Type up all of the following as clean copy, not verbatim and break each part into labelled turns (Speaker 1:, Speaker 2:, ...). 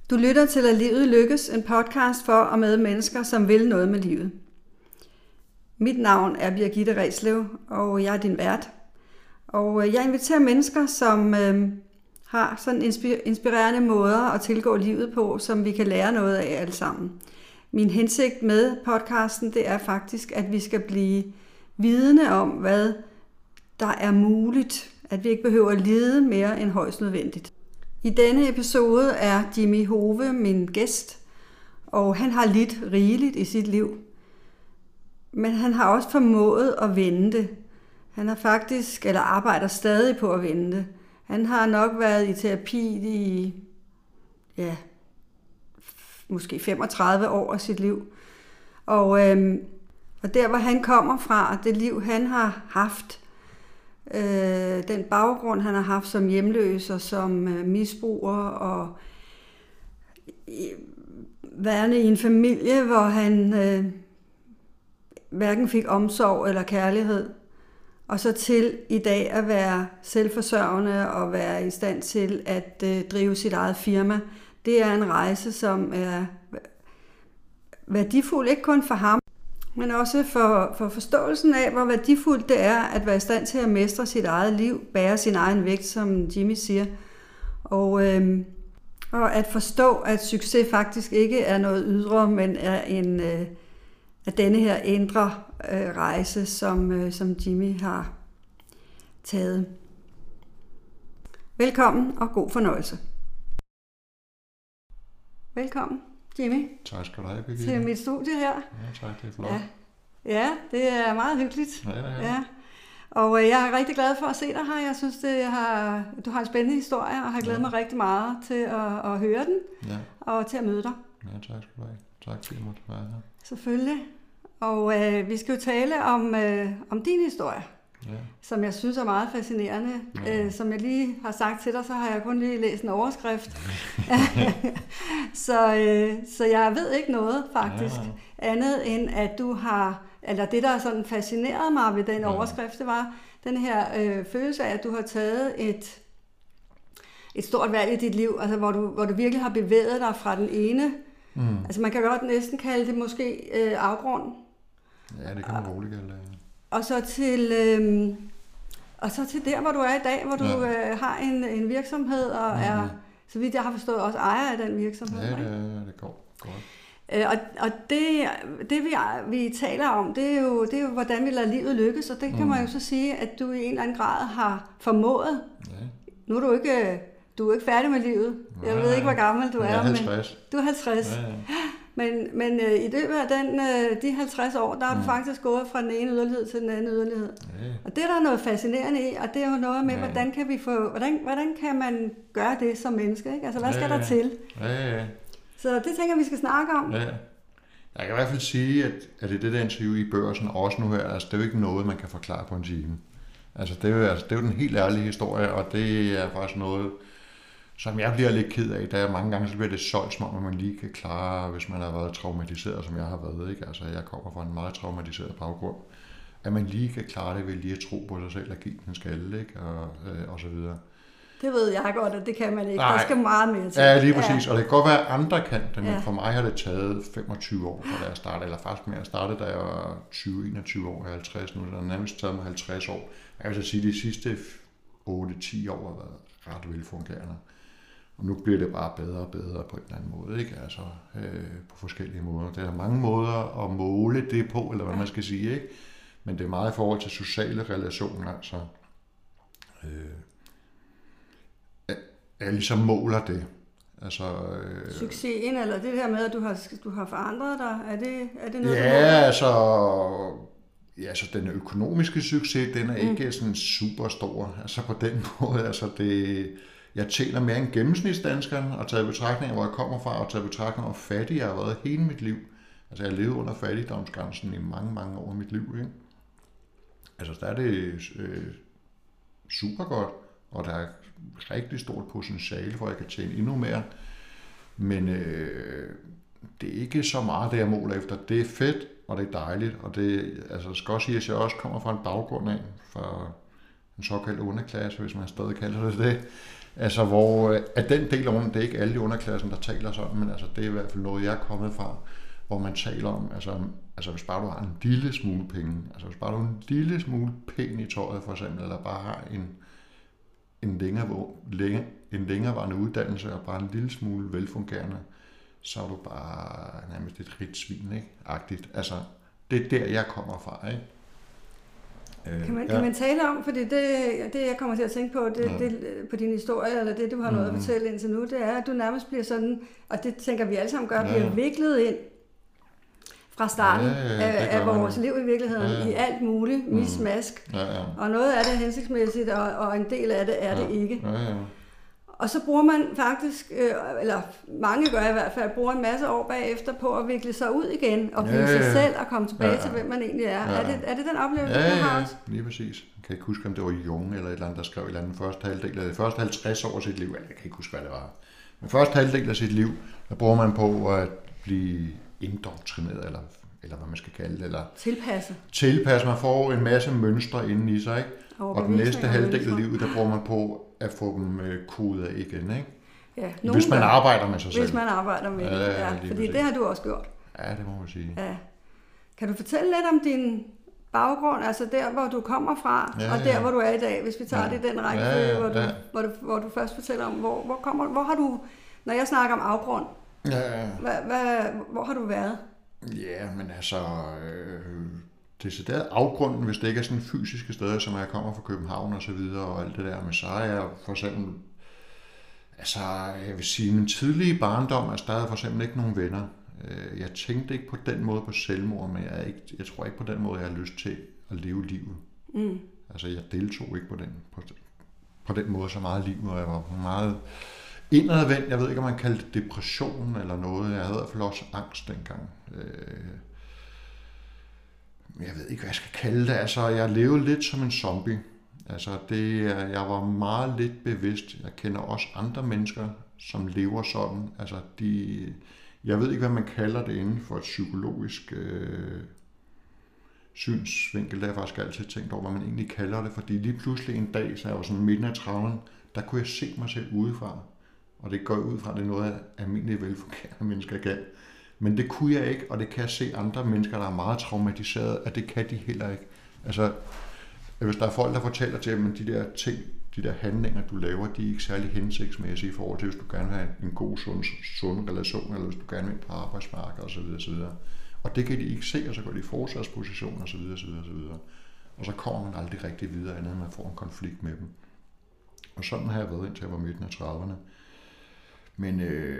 Speaker 1: Du lytter til At livet lykkes, en podcast for og med mennesker, som vil noget med livet. Mit navn er Birgitte Ræslev, og jeg er din vært. Og jeg inviterer mennesker, som har sådan inspirerende måder at tilgå livet på, som vi kan lære noget af alle sammen. Min hensigt med podcasten, det er faktisk, at vi skal blive vidende om, hvad der er muligt. At vi ikke behøver at lide mere end højst nødvendigt. I denne episode er Jimmy Hove min gæst, og han har lidt rigeligt i sit liv. Men han har også formået at vende det. Han har faktisk, eller arbejder stadig på at vende det. Han har nok været i terapi i, måske 35 år af sit liv. Og der, hvor han kommer fra, det liv, han har haft, den baggrund, han har haft som hjemløs og som misbruger og værende i en familie, hvor han hverken fik omsorg eller kærlighed, og så til i dag at være selvforsørgende og være i stand til at drive sit eget firma. Det er en rejse, som er værdifuld, ikke kun for ham, men også for forståelsen af, hvor værdifuldt det er at være i stand til at mestre sit eget liv, bære sin egen vægt, som Jimmy siger. Og at forstå, at succes faktisk ikke er noget ydre, men er af denne her indre rejse, som Jimmy har taget. Velkommen og god fornøjelse. Velkommen, Jimmy.
Speaker 2: Tak skal du have, Birgitte.
Speaker 1: Til mit studie her.
Speaker 2: Ja, tak, det er flot.
Speaker 1: Ja, det er meget hyggeligt.
Speaker 2: Ja.
Speaker 1: Og jeg er rigtig glad for at se dig her. Jeg synes, du har en spændende historie, og har glædet mig rigtig meget til at høre den, og til at møde dig.
Speaker 2: Ja, tak skal du have. Tak fordi du måtte være her.
Speaker 1: Selvfølgelig. Og vi skal jo tale om din historie, som jeg synes er meget fascinerende. Som jeg lige har sagt til dig, så har jeg kun lige læst en overskrift. Så jeg ved ikke noget faktisk, andet end at du har, eller det der sådan fascinerede mig ved den overskrift, det var den her følelse af, at du har taget et stort valg i dit liv, altså hvor du virkelig har bevæget dig fra den ene, altså man kan godt næsten kalde det måske afgrund. Ja, det kan man roligt kalde det. Og så til der, hvor du er i dag, hvor du har en virksomhed og er, så vidt jeg har forstået, også ejer af den virksomhed. Ja, det går godt. Og det vi taler om, det er jo hvordan vi lader livet lykkes, og det kan man jo så sige, at du i en eller anden grad har formået. Ja. Nu er du er ikke færdig med livet. Jeg ved ikke, hvor gammel du er. Jeg er
Speaker 2: 50.
Speaker 1: Du er 50. Ja. Men i løbet af de 50 år, der har du faktisk gået fra den ene yderlighed til den anden yderlighed. Ja. Og det er der noget fascinerende i, og det er jo noget med, hvordan kan man gøre det som menneske, ikke? Altså, hvad skal der til? Ja. Så det tænker vi skal snakke om. Ja.
Speaker 2: Jeg kan i hvert fald sige, at i det der interview i Børsen, også nu her, altså, det er jo ikke noget, man kan forklare på en time. Altså, det er jo den helt ærlige historie, og det er faktisk noget, som jeg bliver lidt ked af. Der er mange gange, så bliver det solgt, som om man lige kan klare, hvis man har været traumatiseret, som jeg har været. Ikke? Altså, jeg kommer fra en meget traumatiseret baggrund. At man lige kan klare det ved lige at tro på sig selv og give den skalle, ikke? Og så videre.
Speaker 1: Det ved jeg godt, at det kan man ikke. Der skal meget mere til.
Speaker 2: Ja, lige præcis. Og det kan godt være, at andre kan det, men for mig har det taget 25 år, fra da jeg startede. Eller faktisk mere. Jeg startede, da jeg var 20-21 år, jeg er 50 nu, så det har nærmest taget mig 50 år. Jeg vil så sige, at de sidste 8-10 år har været ret velfungerende. Og nu bliver det bare bedre og bedre på en eller anden måde, ikke? Altså på forskellige måder. Der er mange måder at måle det på, eller hvad man skal sige, ikke? Men det er meget i forhold til sociale relationer, altså. Jeg ligesom måler det. Altså,
Speaker 1: succesen, eller det der med, at du har forandret dig, er det noget,
Speaker 2: så den økonomiske succes, den er ikke sådan super stor. Altså på den måde, altså jeg tjener mere end gennemsnitsdanskeren, og taget i betragtning af, hvor jeg kommer fra, og taget i betragtning af, hvor fattig jeg har været hele mit liv. Altså jeg har levet under fattigdomsgrænsen i mange, mange år i mit liv, ikke? Altså der er det super godt, og der er rigtig stort potentiale for, at jeg kan tjene endnu mere. Men det er ikke så meget, det jeg måler efter. Det er fedt, og det er dejligt, og det skal også sige, at jeg også kommer fra en baggrund af, fra en såkaldt underklasse, hvis man stadig kalder det det. Altså, hvor at den del af det er ikke alle i underklassen, der taler sådan, men altså, det er i hvert fald noget, jeg er kommet fra, hvor man taler om, altså hvis bare du har en lille smule penge, altså hvis bare du har en lille smule penge i tøjet for eksempel, eller bare har en længerevarende uddannelse, og bare en lille smule velfungerende, så er du bare nærmest et rigt svin, ikke? Agtigt. Altså, det er der, jeg kommer fra, ikke?
Speaker 1: Kan man tale om, fordi det jeg kommer til at tænke på, det på din historie, eller det du har noget at fortælle indtil nu, det er, at du nærmest bliver sådan, og det tænker vi alle sammen gør, bliver viklet ind fra starten af vores liv i virkeligheden, i alt muligt, mismask, og noget af det er hensigtsmæssigt, og en del af det er det ikke. Og så bruger man faktisk, eller mange gør i hvert fald, bruger en masse år bagefter på at vikle sig ud igen, og blive sig selv og komme tilbage til, hvem man egentlig er. Er det den oplevelse, du har også?
Speaker 2: Lige præcis. Jeg kan ikke huske, om det var Jung eller et eller andet, der skrev et eller andet første halvdel, eller første 50 år af sit liv, eller jeg kan ikke huske, hvad det var. Men første halvdel af sit liv, der bruger man på at blive indoktrineret, eller hvad man skal kalde det, eller tilpasse. Man får en masse mønstre inde i sig, ikke? Og den næste halvdel af livet, der bruger man på at få dem kodet af igen, ikke?
Speaker 1: Ja,
Speaker 2: hvis man arbejder med sig selv.
Speaker 1: Hvis man arbejder med det, fordi det har du også gjort.
Speaker 2: Ja, det må man sige.
Speaker 1: Ja. Kan du fortælle lidt om din baggrund, altså der, hvor du kommer fra, og der, hvor du er i dag, hvis vi tager det i den rækkefølge, hvor du først fortæller om, hvor har du, når jeg snakker om afgrund, hvor har du været?
Speaker 2: Ja, men altså, decideret afgrunden, hvis det ikke er sådan fysiske steder, som jeg kommer fra København og så videre, og alt det der, men så er jeg for eksempel, altså, jeg vil sige, min tidlige barndom, altså, der havde for eksempel ikke nogen venner. Jeg tænkte ikke på den måde på selvmord, men jeg tror ikke på den måde, jeg har lyst til at leve livet. Altså, jeg deltog ikke på den måde så meget liv, og jeg var meget indadvendt. Jeg ved ikke, om man kaldte det depression eller noget. Jeg havde i hvert fald også angst dengang. Jeg ved ikke, hvad jeg skal kalde det. Altså, jeg levede lidt som en zombie. Altså, jeg var meget lidt bevidst. Jeg kender også andre mennesker, som lever sådan. Altså, jeg ved ikke, hvad man kalder det inden for et psykologisk synsvinkel. Det har jeg faktisk altid tænkt over, hvad man egentlig kalder det. Fordi lige pludselig en dag, så jeg var sådan midten af 30'erne, der kunne jeg se mig selv udefra. Og det går ud fra, at det er noget af almindelige velfungerende mennesker kan. Men det kunne jeg ikke, og det kan jeg se andre mennesker, der er meget traumatiseret, at det kan de heller ikke. Altså, hvis der er folk, der fortæller til dem, at de der ting, de der handlinger, du laver, de er ikke særlig hensigtsmæssige i forhold til, hvis du gerne vil have en god, sund relation, eller hvis du gerne vil på arbejdsmarkedet osv. osv. Og det kan de ikke se, og så går de i forsvarsposition osv. osv. osv. Og så kommer man aldrig rigtig videre, andet end man får en konflikt med dem. Og sådan har jeg været indtil jeg var midten af 30'erne. Men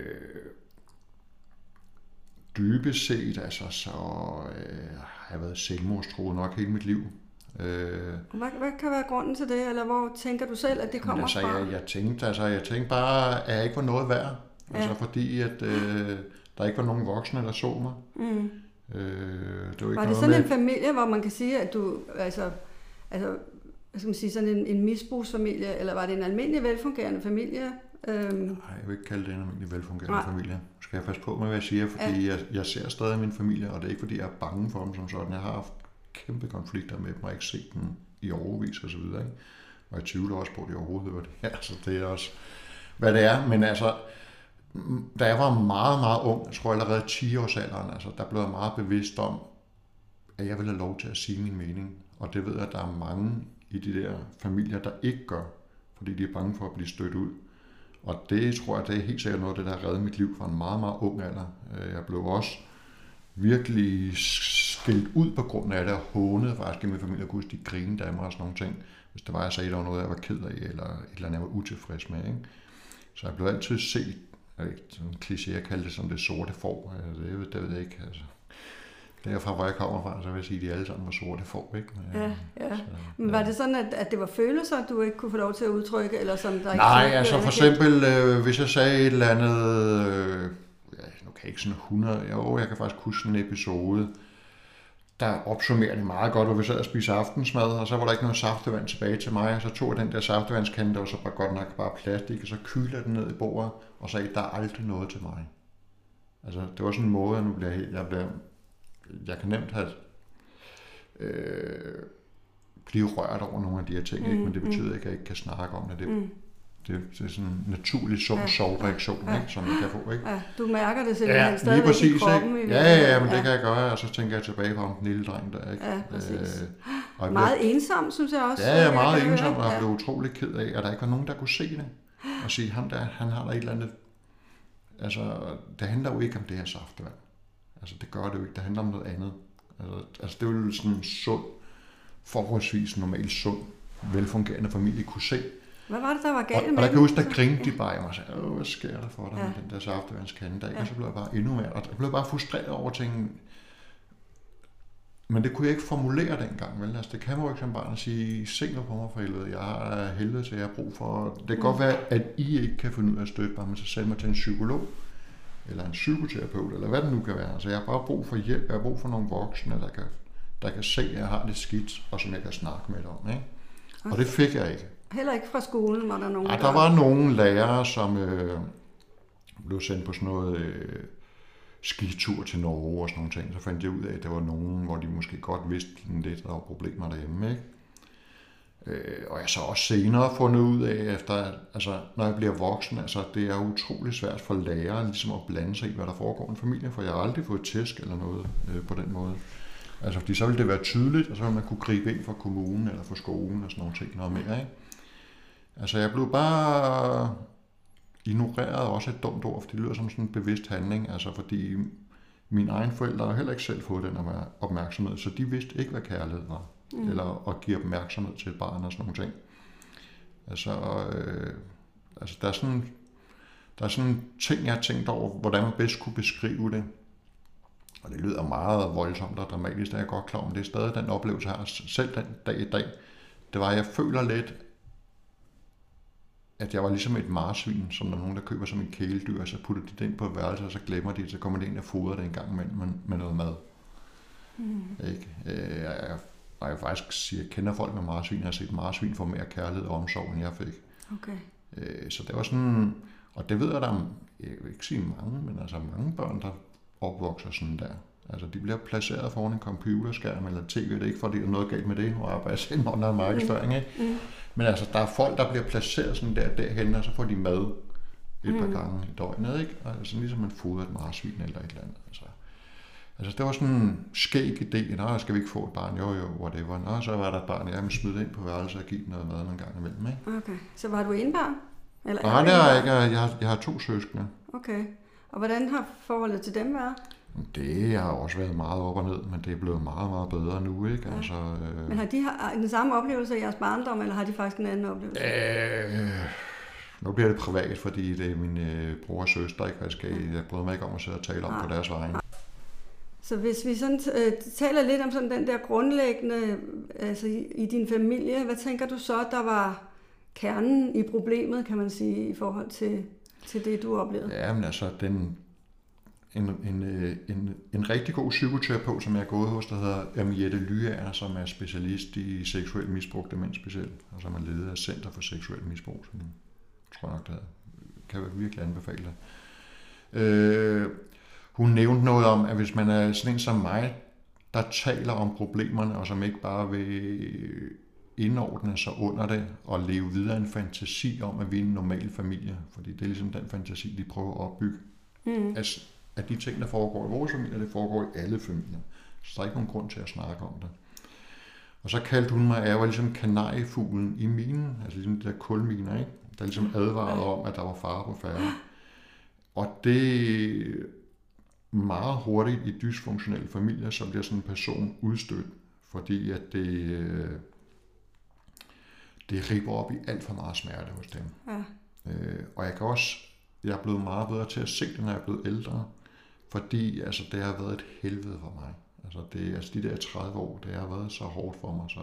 Speaker 2: dybest set, altså, så har jeg været selvmordstruet nok hele mit liv.
Speaker 1: Hvad kan være grunden til det, eller hvor tænker du selv, at det kommer fra?
Speaker 2: Jeg tænkte bare, at jeg ikke var noget værd. Ja. Altså fordi, at der ikke var nogen voksne, der så mig.
Speaker 1: Var det sådan en familie, hvor man kan sige, at du, altså hvad skal man sige, sådan en misbrugsfamilie, eller var det en almindelig velfungerende familie?
Speaker 2: Nej, jeg vil ikke kalde det en almindelig velfungerende familie. Skal jeg passe på med, hvad jeg siger, fordi jeg ser stadig min familie, og det er ikke fordi, jeg er bange for dem som sådan. Jeg har haft kæmpe konflikter med dem, og ikke set dem i årevis og så videre, ikke? Og jeg tvivler også på, at de overhovedet var det her, så det er også, hvad det er. Men altså, da jeg var meget, meget ung, jeg tror allerede 10-årsalderen, altså, der blev jeg meget bevidst om, at jeg ville have lov til at sige min mening. Og det ved jeg, at der er mange i de der familier, der ikke gør, fordi de er bange for at blive stødt ud. Og det tror jeg, det er helt sikkert noget af det, der har reddet mit liv fra en meget, meget ung alder. Jeg blev også virkelig skældt ud på grund af det, og hånede faktisk i min familie. Jeg kunne huske, de grinede af mig og sådan nogle ting. Hvis det var, jeg sagde, der var noget, jeg var ked af, eller et eller andet, jeg var utilfreds med. Ikke? Så jeg blev altid set, sådan en kliché, jeg kaldte det som det sorte får. Det ved jeg ikke, altså. Derfra, hvor jeg kommer fra, så vil jeg sige, at de alle sammen var sorte får, ikke?
Speaker 1: Men var det sådan, at det var følelser, du ikke kunne få lov til at udtrykke, eller som der ikke...
Speaker 2: Nej, altså for eksempel, hvis jeg sagde et eller andet, nu kan jeg ikke sådan 100, jeg kan faktisk huske en episode, der opsummerer det meget godt, hvor vi sad og spiste aftensmad, og så var der ikke noget saftevand tilbage til mig, og så tog jeg den der saftevandskande, der var så bare godt nok bare plastik, og så kylede jeg den ned i bordet, og sagde, der er aldrig noget til mig. Altså, det var sådan en måde, at nu bliver jeg kan nemt have blive rørt over nogle af de her ting, ikke? Men det betyder ikke, at jeg ikke kan snakke om det. det er sådan en naturlig sund sovreaktion, ikke, som jeg kan få. Ikke?
Speaker 1: Ja, du mærker det simpelthen stadigvæk
Speaker 2: præcis,
Speaker 1: i kroppen.
Speaker 2: Ikke? Ja, men det kan jeg gøre, og så tænker jeg tilbage på den lille dreng der. Ikke?
Speaker 1: Ja, præcis.
Speaker 2: Og
Speaker 1: meget ensom, synes jeg også.
Speaker 2: Ja, jeg er meget ensom, og jeg blev utrolig ked af, at der ikke var nogen, der kunne se det. Og sige, han har der et eller andet. Altså, det handler jo ikke om det her saftevand. Altså, det gør det jo ikke. Det handler om noget andet. Altså det er jo sådan en sund, forholdsvis normal, sund, velfungerende familie kunne se.
Speaker 1: Hvad var det, der var galt med
Speaker 2: og der kan huske, der grinte de bare i mig og sagde, hvad sker der for dig med den der saftevandskande der? Og så blev jeg bare endnu mere, og jeg blev bare frustreret over tingene. Men det kunne jeg ikke formulere dengang, vel? Altså, det kan man jo ikke som barn at sige, se nu på mig for helvede, jeg har helvede til, jeg har brug for. Det kan godt være, at I ikke kan finde ud af at støtte mig, men så send mig til en psykolog, eller en psykoterapeut, eller hvad det nu kan være. Altså, jeg har bare brug for hjælp, jeg har brug for nogle voksne, der kan se, at jeg har det skidt, og som jeg kan snakke med om, ikke? Okay. Og det fik jeg ikke.
Speaker 1: Heller ikke fra skolen var der nogen?
Speaker 2: Ja, der var nogle lærere, som blev sendt på sådan noget skitur til Norge og sådan nogle ting. Så fandt jeg ud af, at der var nogen, hvor de måske godt vidste lidt, at der var problemer derhjemme, ikke? Og jeg så også senere fundet ud af, altså, når jeg bliver voksen, altså, det er utrolig svært for lærere ligesom at blande sig i, hvad der foregår i en familie, for jeg har aldrig fået tæsk eller noget på den måde. Altså, fordi så ville det være tydeligt, og så ville man kunne gribe ind fra kommunen eller fra skolen og sådan nogle ting noget mere, ikke? Altså, jeg blev bare ignoreret, også et dumt ord, for det lyder som sådan en bevidst handling, altså fordi mine egne forældre har heller ikke selv fået den opmærksomhed, så de vidste ikke, hvad kærlighed var, eller at give opmærksomhed til et barn og sådan nogle ting. Altså der er sådan ting, jeg har tænkt over, hvordan man bedst kunne beskrive det, og det lyder meget voldsomt og dramatisk, det er jeg godt klar, men det er stadig den oplevelse, jeg har selv den dag i dag. Det var, at jeg føler lidt, at jeg var ligesom et marsvin, som der er nogen, der køber som en kæledyr, og så putter de det ind på et værelse, og så glemmer de, så kommer det ind og fodrer det en gang med noget mad. Ikke? Og jeg faktisk siger, jeg kender folk med marsvin, jeg har set marsvin få mere kærlighed og omsorg, end jeg fik.
Speaker 1: Okay.
Speaker 2: Så det var sådan, og det ved jeg, jeg vil ikke sige mange, men altså mange børn, der opvokser sådan der. Altså, de bliver placeret foran en computerskærm eller tv, det er ikke fordi, der er noget galt med det, og arbejder selv under en markedsføring, ikke? Men altså, der er folk, der bliver placeret sådan derhen, og så får de mad et par gange i døgnet, ikke? Altså, ligesom man fodrer et marsvin eller et eller andet. Altså det var sådan en skæg idé, nå, skal vi ikke få et barn? Jo, whatever. Nå, så var der et barn, jeg smide ind på værelset og give noget mad en gang imellem, ikke?
Speaker 1: Okay, så var du enbarn?
Speaker 2: Eller nej, det har jeg ikke. Jeg har 2 søskende.
Speaker 1: Okay, og hvordan har forholdet til dem været?
Speaker 2: Det har også været meget op og ned, men det er blevet meget, meget bedre nu, ikke?
Speaker 1: Ja.
Speaker 2: Altså,
Speaker 1: Men har de den samme oplevelse i jeres barndom, eller har de faktisk en anden oplevelse?
Speaker 2: Nu bliver det privat, fordi det er min bror og søster, ikke? Jeg bryder mig ikke om at sidde og tale om på deres vegne.
Speaker 1: Så hvis vi sådan taler lidt om sådan den der grundlæggende, altså i din familie, hvad tænker du så, der var kernen i problemet, kan man sige, i forhold til det, du oplevede?
Speaker 2: Ja, men altså, en rigtig god psykoterapeut, som jeg er gået hos, der hedder Amiette Lyager, som er specialist i seksuel misbrug, demens specielt, og som er leder af Center for Seksuel Misbrug, som tror jeg nok, det kan jeg virkelig anbefale det. Hun nævnte noget om, at hvis man er sådan en som mig, der taler om problemerne, og som ikke bare vil indordne sig under det, og leve videre en fantasi om, at vi er en normal familie, fordi det er ligesom den fantasi, de prøver at opbygge. At de ting, der foregår i vores familie, det foregår i alle familier. Så der er ikke nogen grund til at snakke om det. Og så kaldte hun mig, at jeg var ligesom kanariefuglen i minen, altså ligesom de der kulminer, ikke? Der ligesom advarede om, at der var fare på færde. Og det meget hurtigt i dysfunktionelle familier, så bliver sådan en person udstødt, fordi at det ripper op i alt for meget smerte hos dem. Ja. Og jeg er blevet meget bedre til at se det, når jeg er blevet ældre, fordi altså, det har været et helvede for mig. Altså de der 30 år, det har været så hårdt for mig,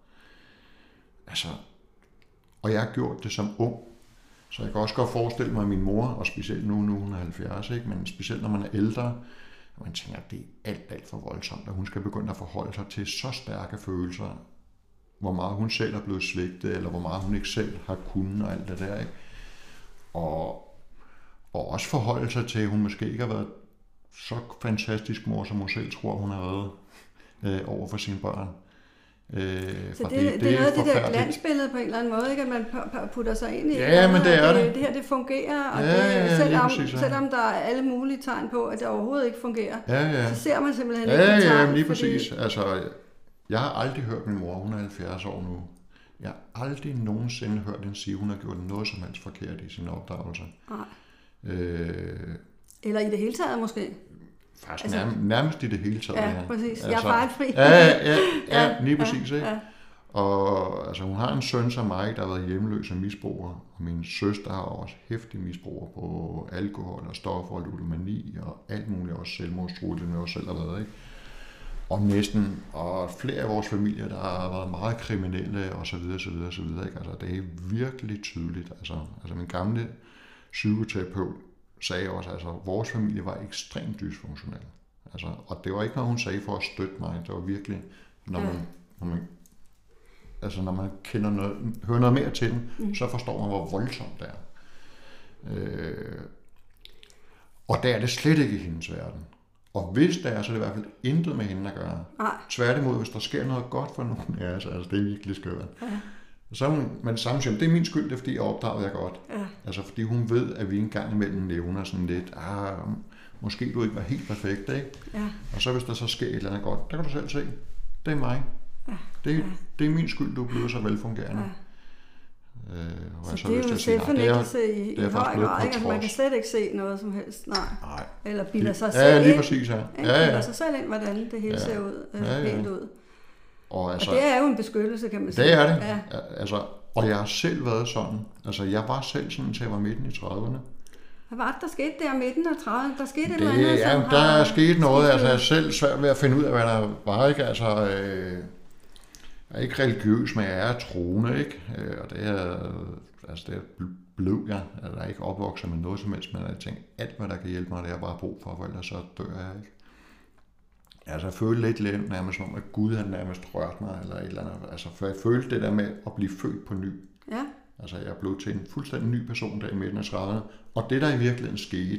Speaker 2: og jeg har gjort det som ung. Så jeg kan også godt forestille mig, at min mor, og specielt nu hun er 70, ikke? Men specielt når man er ældre, og man tænker, at det er alt for voldsomt, at hun skal begynde at forholde sig til så stærke følelser, hvor meget hun selv er blevet svigtet, eller hvor meget hun ikke selv har kunnet, og alt det der, ikke? Og også forholde sig til, at hun måske ikke har været så fantastisk mor, som hun selv tror, hun har været over for sine børn.
Speaker 1: Så det er noget af det der glansbillede på en eller anden måde, ikke? At man putter sig ind i.
Speaker 2: Ja, men det er det.
Speaker 1: Det her, det fungerer, og selvom der er alle mulige tegn på, at det overhovedet ikke fungerer, så ser man simpelthen ikke de tegn.
Speaker 2: Ja, lige præcis. Altså, jeg har aldrig hørt min mor, hun er 70 år nu. Jeg har aldrig nogensinde hørt hende sige, at hun har gjort noget som helst forkert i sin opdragelse.
Speaker 1: Nej. Eller i det hele taget måske.
Speaker 2: Faktisk nærmest i det hele taget.
Speaker 1: Ja, præcis. Altså, jeg er fejlfri.
Speaker 2: Ja, lige præcis. Ikke? Ja. Og altså, hun har en søn som mig, der har været hjemløs og misbruger. Og min søster har også hæftig misbruger på alkohol og stoffer og ludomani og alt muligt, også selvmordstruelse, som jeg også selv har været. Ikke? Og flere af vores familier, der har været meget kriminelle og så videre, så videre, så videre. Ikke? Altså, det er virkelig tydeligt. Altså min gamle psykoterapeut sagde også, at vores familie var ekstremt dysfunktionel. Altså, og det var ikke noget, hun sagde for at støtte mig. Det var virkelig, når man kender noget, hører noget mere til den, så forstår man, hvor voldsomt det er. Og der er det slet ikke i hendes verden. Og hvis det er, så er det i hvert fald intet med hende at gøre. Tværtimod, hvis der sker noget godt for nogen af os, altså det er virkelig skørt. Så man samme siger, det er min skyld, det er fordi jeg opdragede jer godt. Altså fordi hun ved, at vi en gang imellem nævner sådan lidt, måske du ikke var helt perfekt, ikke? Og så hvis der så sker et eller andet godt, der kan du selv se, det er mig. Det er min skyld, du er blevet så velfungerende.
Speaker 1: Så det er jo selvfornægtelse i høj grad, ikke? Altså, man kan slet ikke se noget som helst, nej. Eller bilder sig selv ind.
Speaker 2: Lige præcis,
Speaker 1: Bilder sig selv ind, hvordan det hele ser ud, helt ud. Og det er jo en beskyttelse, kan man sige.
Speaker 2: Det er det. Ja. Altså, og jeg har selv været sådan. Altså, jeg var selv sådan, til jeg var midten i 30'erne.
Speaker 1: Hvad var det, der skete der midten af 30'erne? Der skete et eller andet,
Speaker 2: som der er sket noget. Altså, jeg er selv svært ved at finde ud af, hvad der var, ikke? Altså, jeg er ikke religiøs, men jeg er troende, ikke? Og det blev jeg. Altså, jeg er ikke opvokset med noget som helst, men jeg tænkte, alt hvad der kan hjælpe mig, det er bare brug for, for ellers så dør jeg, ikke? Altså, jeg følte lidt nærmest som, at Gud havde nærmest rørt mig, eller et eller andet. Altså, for jeg følte det der med at blive født på ny.
Speaker 1: Ja.
Speaker 2: Altså, jeg blev til en fuldstændig ny person der i midten af 30'erne. Og det, der i virkeligheden skete,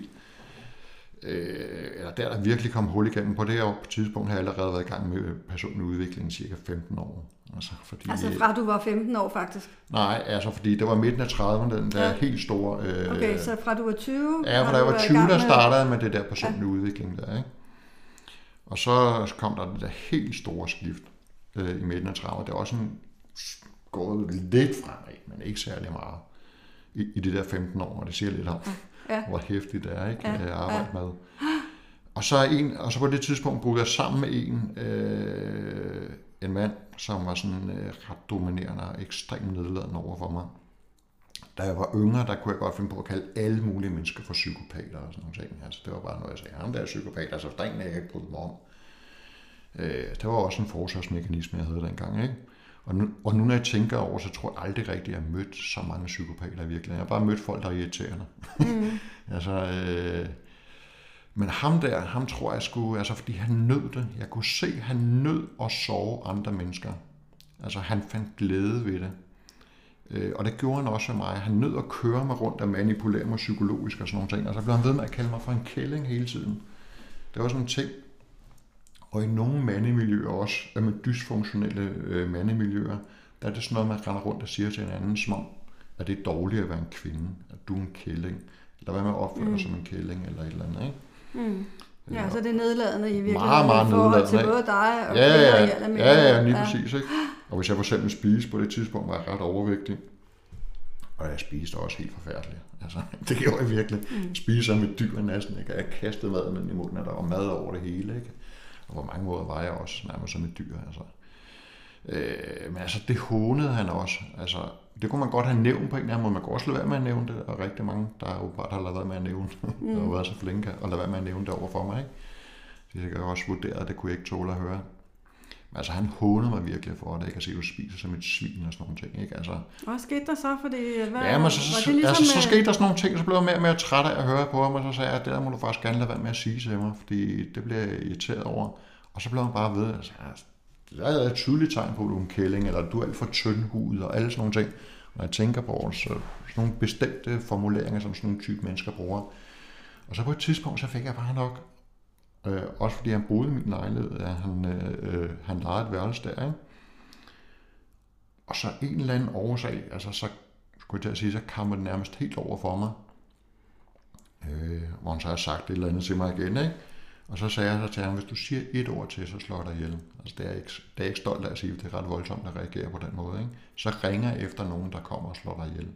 Speaker 2: eller der virkelig kom hul igennem, på det her tidspunkt har jeg allerede været i gang med personlig udvikling i cirka 15 år. Altså
Speaker 1: fra du var 15 år faktisk?
Speaker 2: Nej, altså fordi det var midten af 30'erne, den der helt store...
Speaker 1: Okay, så fra du var 20?
Speaker 2: Ja, fra da jeg var 20, der startede med det der personlige udvikling der, ikke? Og så kom der det der helt store skift i midten af 30'erne. Det er også gået lidt fremad, men ikke særlig meget i de der 15 år, og det siger lidt om, hvor hæftigt det er, ikke? At arbejde med. Og så på det tidspunkt boede jeg sammen med en mand, som var sådan ret dominerende og ekstremt nedladende over for mig. Da jeg var yngre, der kunne jeg godt finde på at kalde alle mulige mennesker for psykopater og sådan nogle ting. Altså, det var bare noget, jeg sagde, ham der er psykopat, altså der er en, jeg ikke bryder mig om. Det var også en forsvarsmekanisme, jeg havde dengang, ikke? Og nu når jeg tænker over, så tror jeg aldrig rigtigt, at jeg har mødt så mange psykopater i virkeligheden. Jeg har bare mødt folk, der er irriterende. Altså, men ham tror jeg skulle, altså fordi han nød det. Jeg kunne se, at han nød at sove andre mennesker. Altså han fandt glæde ved det. Og det gjorde han også for mig. Han nød at køre mig rundt og manipulere mig psykologisk og sådan nogle ting. Og så blev han ved med at kalde mig for en kælling hele tiden. Det var sådan en ting. Og i nogle mandemiljøer også, med dysfunktionelle mandemiljøer, der er det sådan noget, man render rundt og siger til en anden, som om, at det er dårligt at være en kvinde, at du er en kælling. Eller hvad med at opføre dig som en kælling, eller et eller andet, ikke?
Speaker 1: Ja, så det er nedladende i virkeligheden
Speaker 2: meget
Speaker 1: i forhold til både dig og kvinder i almindelighed.
Speaker 2: Ja, lige præcis, ikke? Og hvis jeg for eksempel spiste på det tidspunkt, var jeg ret overvægtig. Og jeg spiste også helt forfærdeligt. Altså, det gjorde jeg virkelig. Spise som et dyr næsten, ikke? Jeg kastede maden ind i munden, og der var mad over det hele, ikke? Og på mange måder var jeg også nærmest som et dyr, altså. Men altså, det hånede han også. Altså, det kunne man godt have nævnt på en eller anden måde. Man kan også lade være med at nævne det, og rigtig mange, der jo bare har ladet være med at nævne det, der har været så flinke at lade være med at nævne det over for mig, ikke? Det har jeg også vurderet, at det kunne jeg ikke tåle at høre. Men altså, han hånede mig virkelig for det. Jeg kan se, at du spiser som et svin og sådan nogle ting, ikke? Altså,
Speaker 1: hvad skete der så? Fordi,
Speaker 2: så skete der sådan nogle ting, så blev jeg mere og mere træt af at høre på ham, og så sagde jeg, at det der må du faktisk gerne lade være med at sige til mig, fordi det bliver jeg irriteret over. Og så blev han bare ved, altså, der er et tydeligt tegn på, at du er en kælling, eller du er alt for tyndhud og alle sådan nogle ting. Når jeg tænker på sådan nogle bestemte formuleringer, som sådan nogle type mennesker bruger. Og så på et tidspunkt, så fik jeg bare nok, også fordi han boede i min lejlighed, at han lejede et værelse der, ikke? Og så en eller anden årsag, altså så skulle jeg til at sige, så kammer det nærmest helt over for mig. Hvor han så har sagt et eller andet til mig igen, ikke? Og så sagde jeg så til ham, hvis du siger et ord til, så slår jeg dig ihjel. Altså det er jeg ikke stolt af at sige, det er ret voldsomt at reagere på den måde, ikke? Så ringer jeg efter nogen, der kommer og slår dig ihjel.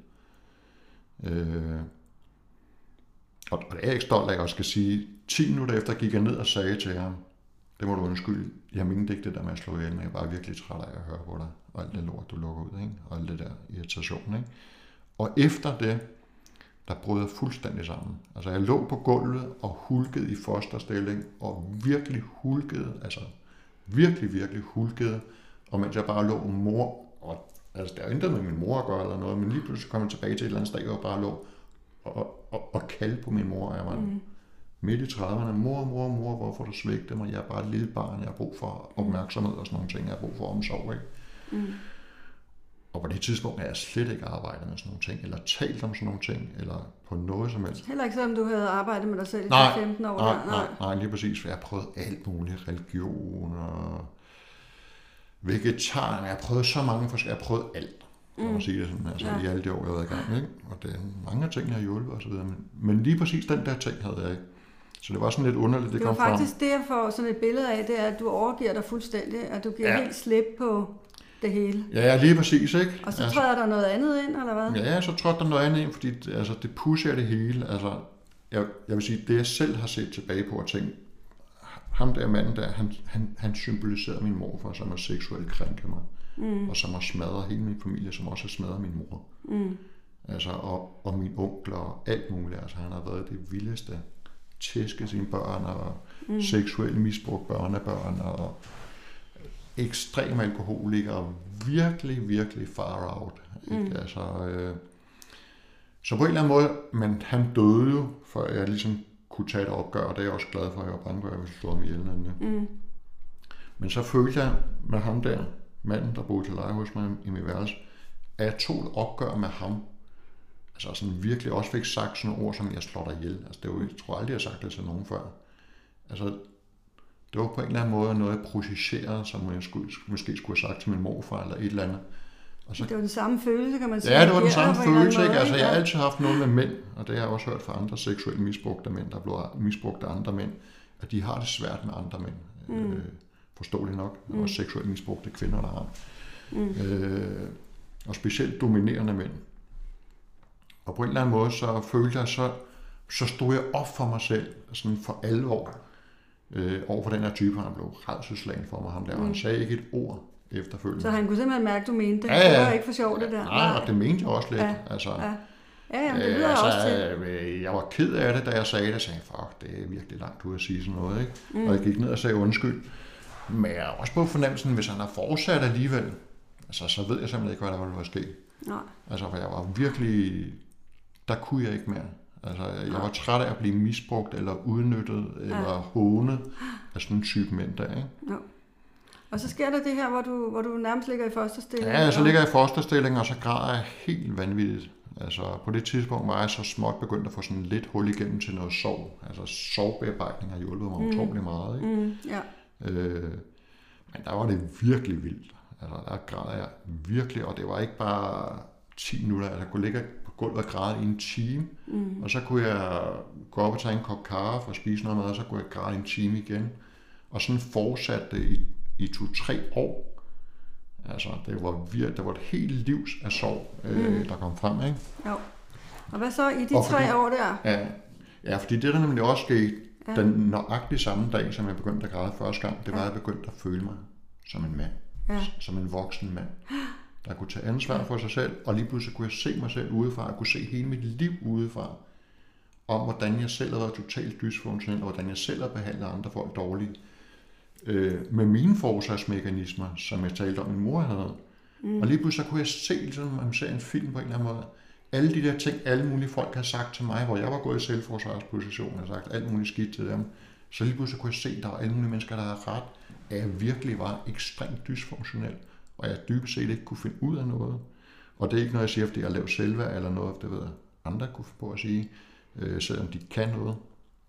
Speaker 2: Og det er jeg ikke stolt af, at jeg skal sige, 10 minutter efter gik jeg ned og sagde til ham, det må du undskylde, jeg mente ikke det der med at slå ihjel, men jeg er bare virkelig træt af at høre på dig, og alt det lort, du lukker ud, ikke? Og alt det der irritation, ikke? Og efter det, der brød jeg fuldstændig sammen. Altså jeg lå på gulvet og hulkede i fosterstilling, og virkelig hulkede, altså virkelig hulkede, og mens jeg bare lå mor, og altså der er intet med min mor at gøre eller noget, men lige pludselig kom jeg tilbage til et eller andet sted, og bare lå og kaldte på min mor, og jeg var midt i 30'erne, mor, hvorfor du svigtede mig, jeg er bare et lille barn, jeg har brug for opmærksomhed og sådan nogle ting, jeg har brug for omsorg, ikke? Og på det tidspunkt har jeg slet ikke arbejdet med sådan nogle ting, eller talt om sådan nogle ting, eller på noget som helst.
Speaker 1: Heller ikke selvom du havde arbejdet med dig selv i 15 år?
Speaker 2: Nej, lige præcis, for jeg har prøvet alt muligt, religion og vegetar, jeg har prøvet så mange forskellige, jeg har prøvet alt, kan man sige det sådan, altså i alle de år, jeg har været i gang, ikke? Og det er mange ting, jeg har hjulpet og så videre, men lige præcis den der ting havde jeg ikke. Så det var sådan lidt underligt, det kom frem.
Speaker 1: Det var faktisk det, jeg får sådan et billede af, det er, at du overgiver dig fuldstændig, at du giver helt slip på det hele.
Speaker 2: Ja, lige præcis, ikke?
Speaker 1: Og så træder der noget andet ind, eller hvad?
Speaker 2: Ja, så trådte der noget andet ind, fordi det pusher det hele. Altså, jeg vil sige, det jeg selv har set tilbage på og tænkt, ham der manden der, han symboliserede min morfar, som har seksuelt krænket mig, og som har smadret hele min familie, som også har smadret min mor. Altså, og min onkel og alt muligt. Altså, han har været det vildeste. Tæske sine børn og seksuelt misbrugt børnebørn og ekstrem alkoholiker, virkelig far out. Ikke? Altså, så på en eller anden måde, men han døde jo, før jeg ligesom kunne tage et opgør, og det er jeg også glad for, at jeg var bange for, at jeg ville slå ham ihjel. Men så følte jeg med ham der, manden, der boede til leje hos mig i mit værelse, at jeg tog et opgør med ham. Altså sådan virkelig også fik sagt sådan ord, som jeg slår dig ihjel. Altså det var, jeg tror aldrig, jeg har sagt det til nogen før. Altså, det var på en eller anden måde noget, jeg projicerede, som jeg måske skulle have sagt til min morfar eller et eller andet. Og så,
Speaker 1: det var den samme følelse, kan man sige.
Speaker 2: Ja, det var den samme følelse, ikke? Altså, jeg har altid haft noget med mænd, og det har jeg også hørt fra andre seksuelt misbrugte mænd, der er blevet misbrugt af andre mænd, at de har det svært med andre mænd. Forståeligt nok. Og også seksuelt misbrugte kvinder, der har. Og specielt dominerende mænd. Og på en eller anden måde, så følte jeg, så stod jeg op for mig selv, sådan for alvor, over for den her type, han blev rædselsslagen for mig, ham der, og han sagde ikke et ord efterfølgende.
Speaker 1: Så han kunne simpelthen mærke, du mente det?
Speaker 2: Ja.
Speaker 1: Det var ikke for sjovt, det der?
Speaker 2: Nej, og det mente jeg også lidt.
Speaker 1: Ja.
Speaker 2: Altså,
Speaker 1: det lyder også til.
Speaker 2: Jeg var ked af det, da jeg sagde det, og sagde, fuck, det er virkelig langt ud at sige sådan noget, ikke? Og jeg gik ned og sagde undskyld. Men jeg også på fornemmelsen, hvis han har fortsat alligevel, altså, så ved jeg simpelthen ikke, hvad der ville være sket.
Speaker 1: Nej.
Speaker 2: Altså, for jeg var virkelig, der kunne jeg ikke mere. Altså, jeg var træt af at blive misbrugt, eller udnyttet, eller hånet af sådan en type mænd der, ikke?
Speaker 1: Jo. Og så sker der det her, hvor du nærmest ligger i fosterstilling.
Speaker 2: Ja, så ligger jeg i fosterstilling, og så græder jeg helt vanvittigt. Altså, på det tidspunkt var jeg så småt begyndt at få sådan lidt hul igennem til noget sov. Altså, sovbearbejdning har hjulpet mig utrolig meget, ikke?
Speaker 1: Ja.
Speaker 2: Men der var det virkelig vildt. Altså, der græd jeg virkelig, og det var ikke bare 10 minutter. Altså, jeg kunne ligge på gulvet og græde i en time, og så kunne jeg gå op og tage en kop kaffe og spise noget mad, og så kunne jeg græde en time igen. Og sådan fortsatte det i 2-3 år. Altså, det var et helt livs af sorg, der kom frem, ikke?
Speaker 1: Jo. Og hvad så i de 3 år der?
Speaker 2: Ja, fordi det der nemlig også skete, den nøjagtige samme dag, som jeg begyndte at græde første gang, det var, at jeg begyndte at føle mig som en mand. Som en voksen mand, der kunne tage ansvar for sig selv, og lige pludselig kunne jeg se mig selv udefra, jeg kunne se hele mit liv udefra, om hvordan jeg selv har været totalt dysfunktionel, og hvordan jeg selv har behandlet andre folk dårligt, med mine forsvarsmekanismer, som jeg talte om, min mor havde. Og lige pludselig kunne jeg se, som man ser en film på en eller anden måde, alle de der ting, alle mulige folk har sagt til mig, hvor jeg var gået i selvforsvarsposition, og sagt alt muligt skidt til dem, så lige pludselig kunne jeg se, at der var alle mulige mennesker, der havde ret, at jeg virkelig var ekstremt dysfunktionel, og jeg dybest set ikke kunne finde ud af noget. Og det er ikke noget, jeg siger, fordi jeg har lavet selvværd eller noget, det ved jeg, andre kunne få på at sige, selvom de kan noget.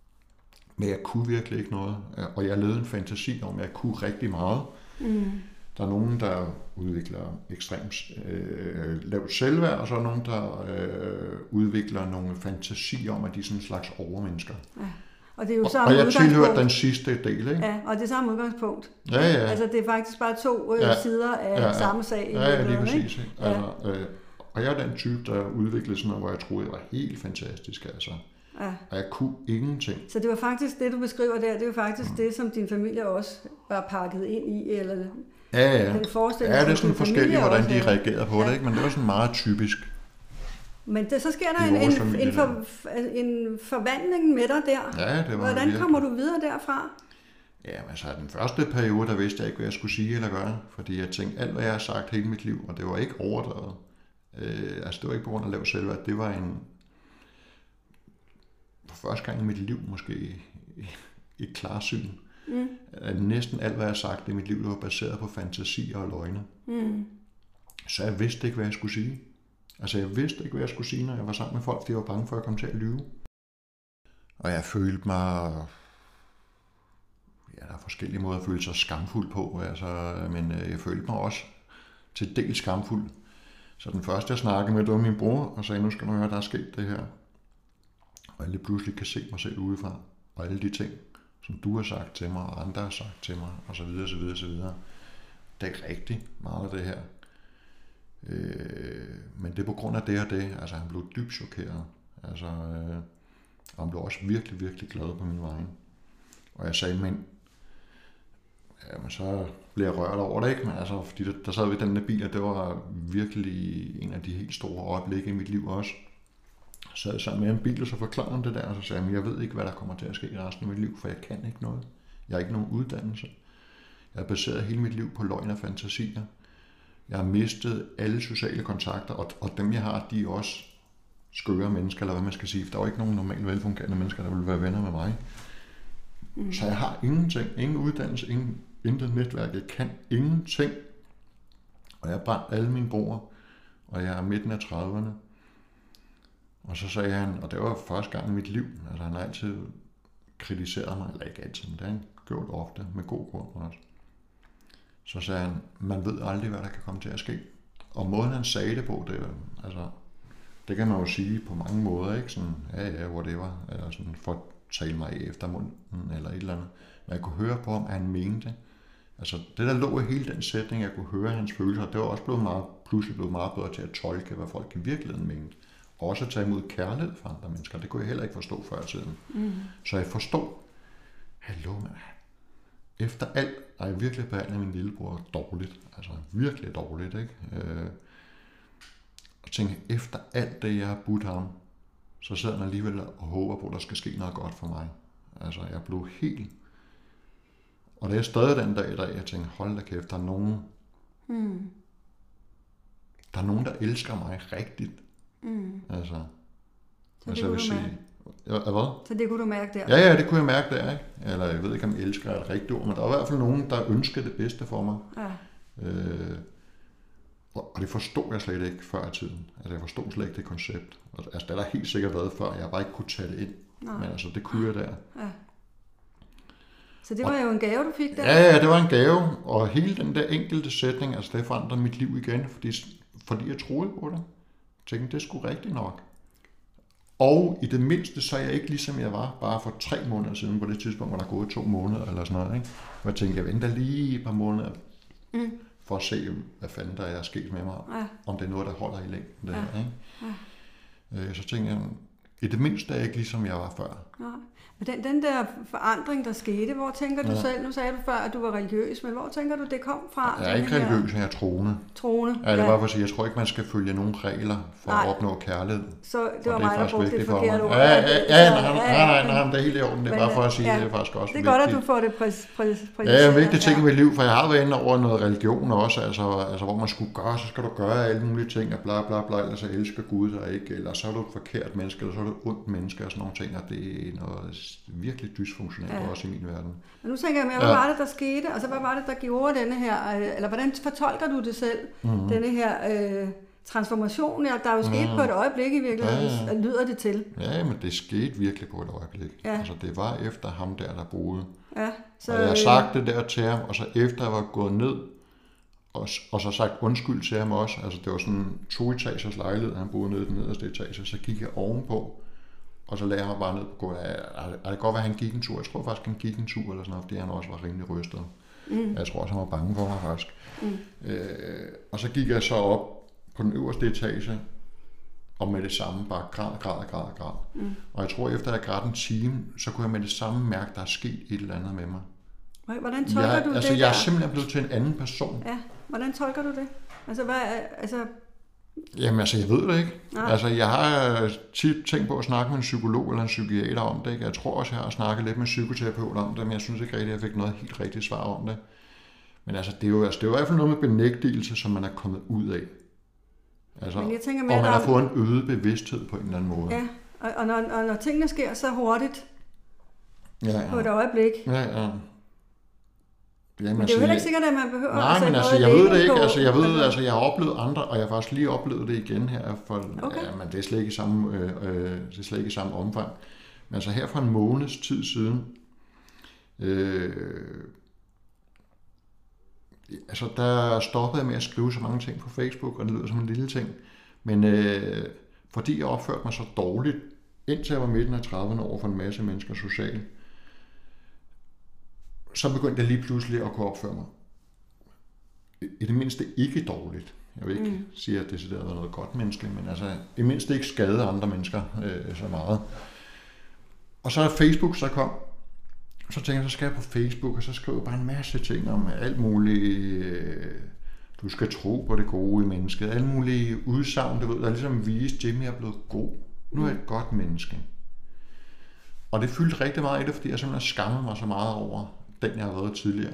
Speaker 2: Men jeg kunne virkelig ikke noget, og jeg levede en fantasi om, at jeg kunne rigtig meget. Der er nogen, der udvikler ekstremt lavt selvværd, og så er nogen, der udvikler nogle fantasier om, at de er sådan en slags overmennesker.
Speaker 1: Ja. Og det er jo
Speaker 2: og
Speaker 1: samme
Speaker 2: jeg tilhører den sidste del, ikke?
Speaker 1: Ja, og det er samme udgangspunkt.
Speaker 2: Ja.
Speaker 1: Altså det er faktisk bare to sider af samme sag.
Speaker 2: Ja, lige præcis. Ikke? Altså, og jeg er den type, der udviklede sådan noget, hvor jeg troede, jeg var helt fantastisk, altså. Ja. Og jeg kunne ingenting.
Speaker 1: Så det var faktisk det, du beskriver der, det er jo faktisk det, som din familie også var pakket ind i, eller
Speaker 2: den
Speaker 1: forestilling,
Speaker 2: det er sådan forskelligt, hvordan de reagerede på det, ikke? Men det var sådan meget typisk.
Speaker 1: Men så sker der en forvandling med dig der.
Speaker 2: Ja, det var
Speaker 1: hvordan
Speaker 2: virkelig. Kommer
Speaker 1: du videre derfra?
Speaker 2: Ja, men altså den første periode, der vidste jeg ikke, hvad jeg skulle sige eller gøre, fordi jeg tænkte alt, hvad jeg har sagt hele mit liv, og det var ikke overdrevet. Altså det var ikke på grund af lav selvværd, det var for første gang i mit liv måske et klarsyn. Næsten alt, hvad jeg har sagt i mit liv, det var baseret på fantasier og løgne. Så jeg vidste ikke, hvad jeg skulle sige. Altså jeg vidste ikke, hvad jeg skulle sige, når jeg var sammen med folk, de var bange for, at jeg kom til at lyve. Og jeg følte mig... Ja, der er forskellige måder at føle sig skamfuld på, altså, men jeg følte mig også til del skamfuld. Så den første, jeg snakkede med, det var min bror, og sagde, nu skal du høre, der er sket det her. Og jeg lige pludselig kan se mig selv udefra, og alle de ting, som du har sagt til mig, og andre har sagt til mig, og så videre, så videre, så videre. Det er ikke rigtig meget af det her. Men det er på grund af det og det, altså han blev dybt chokeret. Altså, og han blev også virkelig, virkelig glad på min vegne. Og jeg sagde, men så blev jeg rørt over det, ikke? Men altså, fordi der sad vi i den der bil, og det var virkelig en af de helt store øjeblikke i mit liv også. Så sad jeg sammen med en bil, og så forklarede han det der, og så sagde jeg ved ikke, hvad der kommer til at ske i resten af mit liv, for jeg kan ikke noget. Jeg har ikke nogen uddannelse. Jeg har baseret hele mit liv på løgn og fantasier. Jeg har mistet alle sociale kontakter, og dem jeg har, de er også skøre mennesker, eller hvad man skal sige, for der er jo ikke nogen normalt velfungerende mennesker, der vil være venner med mig. Så jeg har ingenting, ingen uddannelse, intet netværk, jeg kan ingenting. Og jeg har brændt alle mine broer, og jeg er midten af 30'erne. Og så sagde han, og det var første gang i mit liv, altså han har altid kritiseret mig, eller ikke altid, men det har han gjort ofte, med god grund også. Så sagde han, man ved aldrig, hvad der kan komme til at ske. Og måden han sagde det på, det kan man jo sige på mange måder, ikke? Sådan, whatever, eller sådan for at tale mig efter munden, eller et eller andet. Men jeg kunne høre på ham, at han mente. Altså det, der lå i hele den sætning, jeg kunne høre hans følelser, det var også pludselig blevet meget bedre til at tolke, hvad folk i virkeligheden mente. Også at tage imod kærlighed fra andre mennesker, det kunne jeg heller ikke forstå før i tiden. Så jeg forstod, hallo mand, efter alt har jeg virkelig behandlet min lillebror dårligt, altså virkelig dårligt, ikke? Og tænkte, efter alt det, jeg har budt ham, så sidder han alligevel og håber på, at der skal ske noget godt for mig. Altså, jeg blev helt... Og det er stadig den dag i dag, jeg tænker, hold da kæft, der er nogen... Der er nogen, der elsker mig rigtigt. Altså,
Speaker 1: så det kunne du mærke.
Speaker 2: Hvad?
Speaker 1: Så det kunne du mærke der?
Speaker 2: Ja, det kunne jeg mærke der, ikke? Eller jeg ved ikke, om elsker er et rigtigt ord, men der er i hvert fald nogen, der ønsker det bedste for mig. Ja. Og det forstod jeg slet ikke før i tiden. Altså, jeg forstod slet ikke det koncept. Altså, det har der helt sikkert været før, jeg bare ikke kunne tage det ind. Nej. Men altså, det kunne jeg der. Ja.
Speaker 1: Så det var jo en gave, du fik der?
Speaker 2: Ja, det var en gave. Og hele den der enkelte sætning, altså det forandrede mit liv igen, fordi jeg troede på det. Jeg tænkte, det skulle rigtigt nok. Og i det mindste, så er jeg ikke ligesom jeg var, bare for 3 måneder siden, på det tidspunkt, hvor der er gået 2 måneder eller sådan noget. Ikke? Og jeg tænkte, jeg venter lige et par måneder, for at se, hvad fanden der er sket med mig. Ja. Om det er noget, der holder i længden. Det her, ikke? Ja. Så tænkte jeg, i det mindste er jeg ikke ligesom jeg var før.
Speaker 1: Ja. Men den der forandring, der skete, hvor tænker du selv, nu sagde du før, at du var religiøs, men hvor tænker du, det kom fra?
Speaker 2: Jeg er ikke religiøs, jeg er troende.
Speaker 1: Troende?
Speaker 2: Ja, det var for at sige, jeg tror ikke, man skal følge nogen regler for at opnå kærlighed.
Speaker 1: Så det var mig, der brugte det forkerte ord.
Speaker 2: Nej, det er helt i orden, det er bare for at sige, det er faktisk også vigtigt.
Speaker 1: Det er godt, at du får det præciseret.
Speaker 2: Ja, det er en vigtig ting i mit liv, for jeg har været inde over noget religion også, altså hvor man skulle gøre, så skal du gøre alle mulige ting, og bla bla bla, ellers elsker Gud dig ikke, eller så er du et forkert menneske, eller så er du et ondt menneske, og sådan nogle ting, og det er noget virkelig dysfunktionelt også i min verden.
Speaker 1: Men nu tænker jeg mere, hvad var det, der skete? Altså, hvad var det, der gjorde denne her, eller hvordan fortolker du det selv, denne her transformation, der er jo sket på et øjeblik i virkeligheden, lyder det til?
Speaker 2: Ja, men det skete virkelig på et øjeblik. Ja. Altså, det var efter ham der boede.
Speaker 1: Ja,
Speaker 2: så, og jeg har sagt det der til ham, og så efter jeg var gået ned og så sagt undskyld til ham også. Altså det var sådan en 2-etagers lejlighed, han boede nede i den nederste etage, så gik jeg ovenpå, og så lagde jeg mig bare ned på gulvet. Det kan godt være, han gik en tur. Jeg tror faktisk, han gik en tur eller sådan noget, fordi han også var rimelig rystet. Jeg tror også, han var bange for mig faktisk. Og så gik jeg så op på den øverste etage, og med det samme bare græd. Og jeg tror, efter jeg græd en time, så kunne jeg med det samme mærke, der er sket et eller andet med mig.
Speaker 1: Hvordan tolker du det?
Speaker 2: Jeg er simpelthen blevet til en anden person.
Speaker 1: Ja, hvordan tolker du det?
Speaker 2: Jamen jeg ved det ikke. Nej. Altså jeg har tit tænkt på at snakke med en psykolog eller en psykiater om det. Ikke? Jeg tror også, jeg har snakket lidt med psykoterapeuter om det, men jeg synes ikke rigtigt, at jeg fik noget helt rigtigt svar om det. Men altså det er jo i hvert fald noget med benægtelse, som man er kommet ud af. Altså, men jeg tænker mere, og man har fået en øget bevidsthed på en eller anden måde.
Speaker 1: Ja, og når tingene sker så hurtigt på et øjeblik.
Speaker 2: Ja.
Speaker 1: Jamen, men det er jo heller ikke sikkert, at man behøver
Speaker 2: at sætte noget jeg ved det ikke. Altså, jeg har oplevet andre, og jeg har faktisk lige oplevet det igen her. Men det er slet ikke i samme omfang. Men altså her for en måneds tid siden, der stoppede jeg med at skrive så mange ting på Facebook, og det lyder som en lille ting. Men fordi jeg opførte mig så dårligt, indtil jeg var midten af 30'erne over for en masse mennesker socialt, så begyndte jeg lige pludselig at kunne opføre mig i det mindste ikke dårligt. Jeg vil ikke sige, at det var noget godt menneske, men altså i det mindste ikke skade andre mennesker så meget. Og så er Facebook så kom, så tænkte jeg, så skal jeg på Facebook, og så skriver jeg bare en masse ting om alt muligt. Du skal tro på det gode i mennesket. Alle mulige udsagn, der ligesom viste, Jimmy er blevet god. Nu er jeg et godt menneske. Og det fyldte rigtig meget i det, fordi jeg simpelthen skammede mig så meget over den, jeg har været tidligere.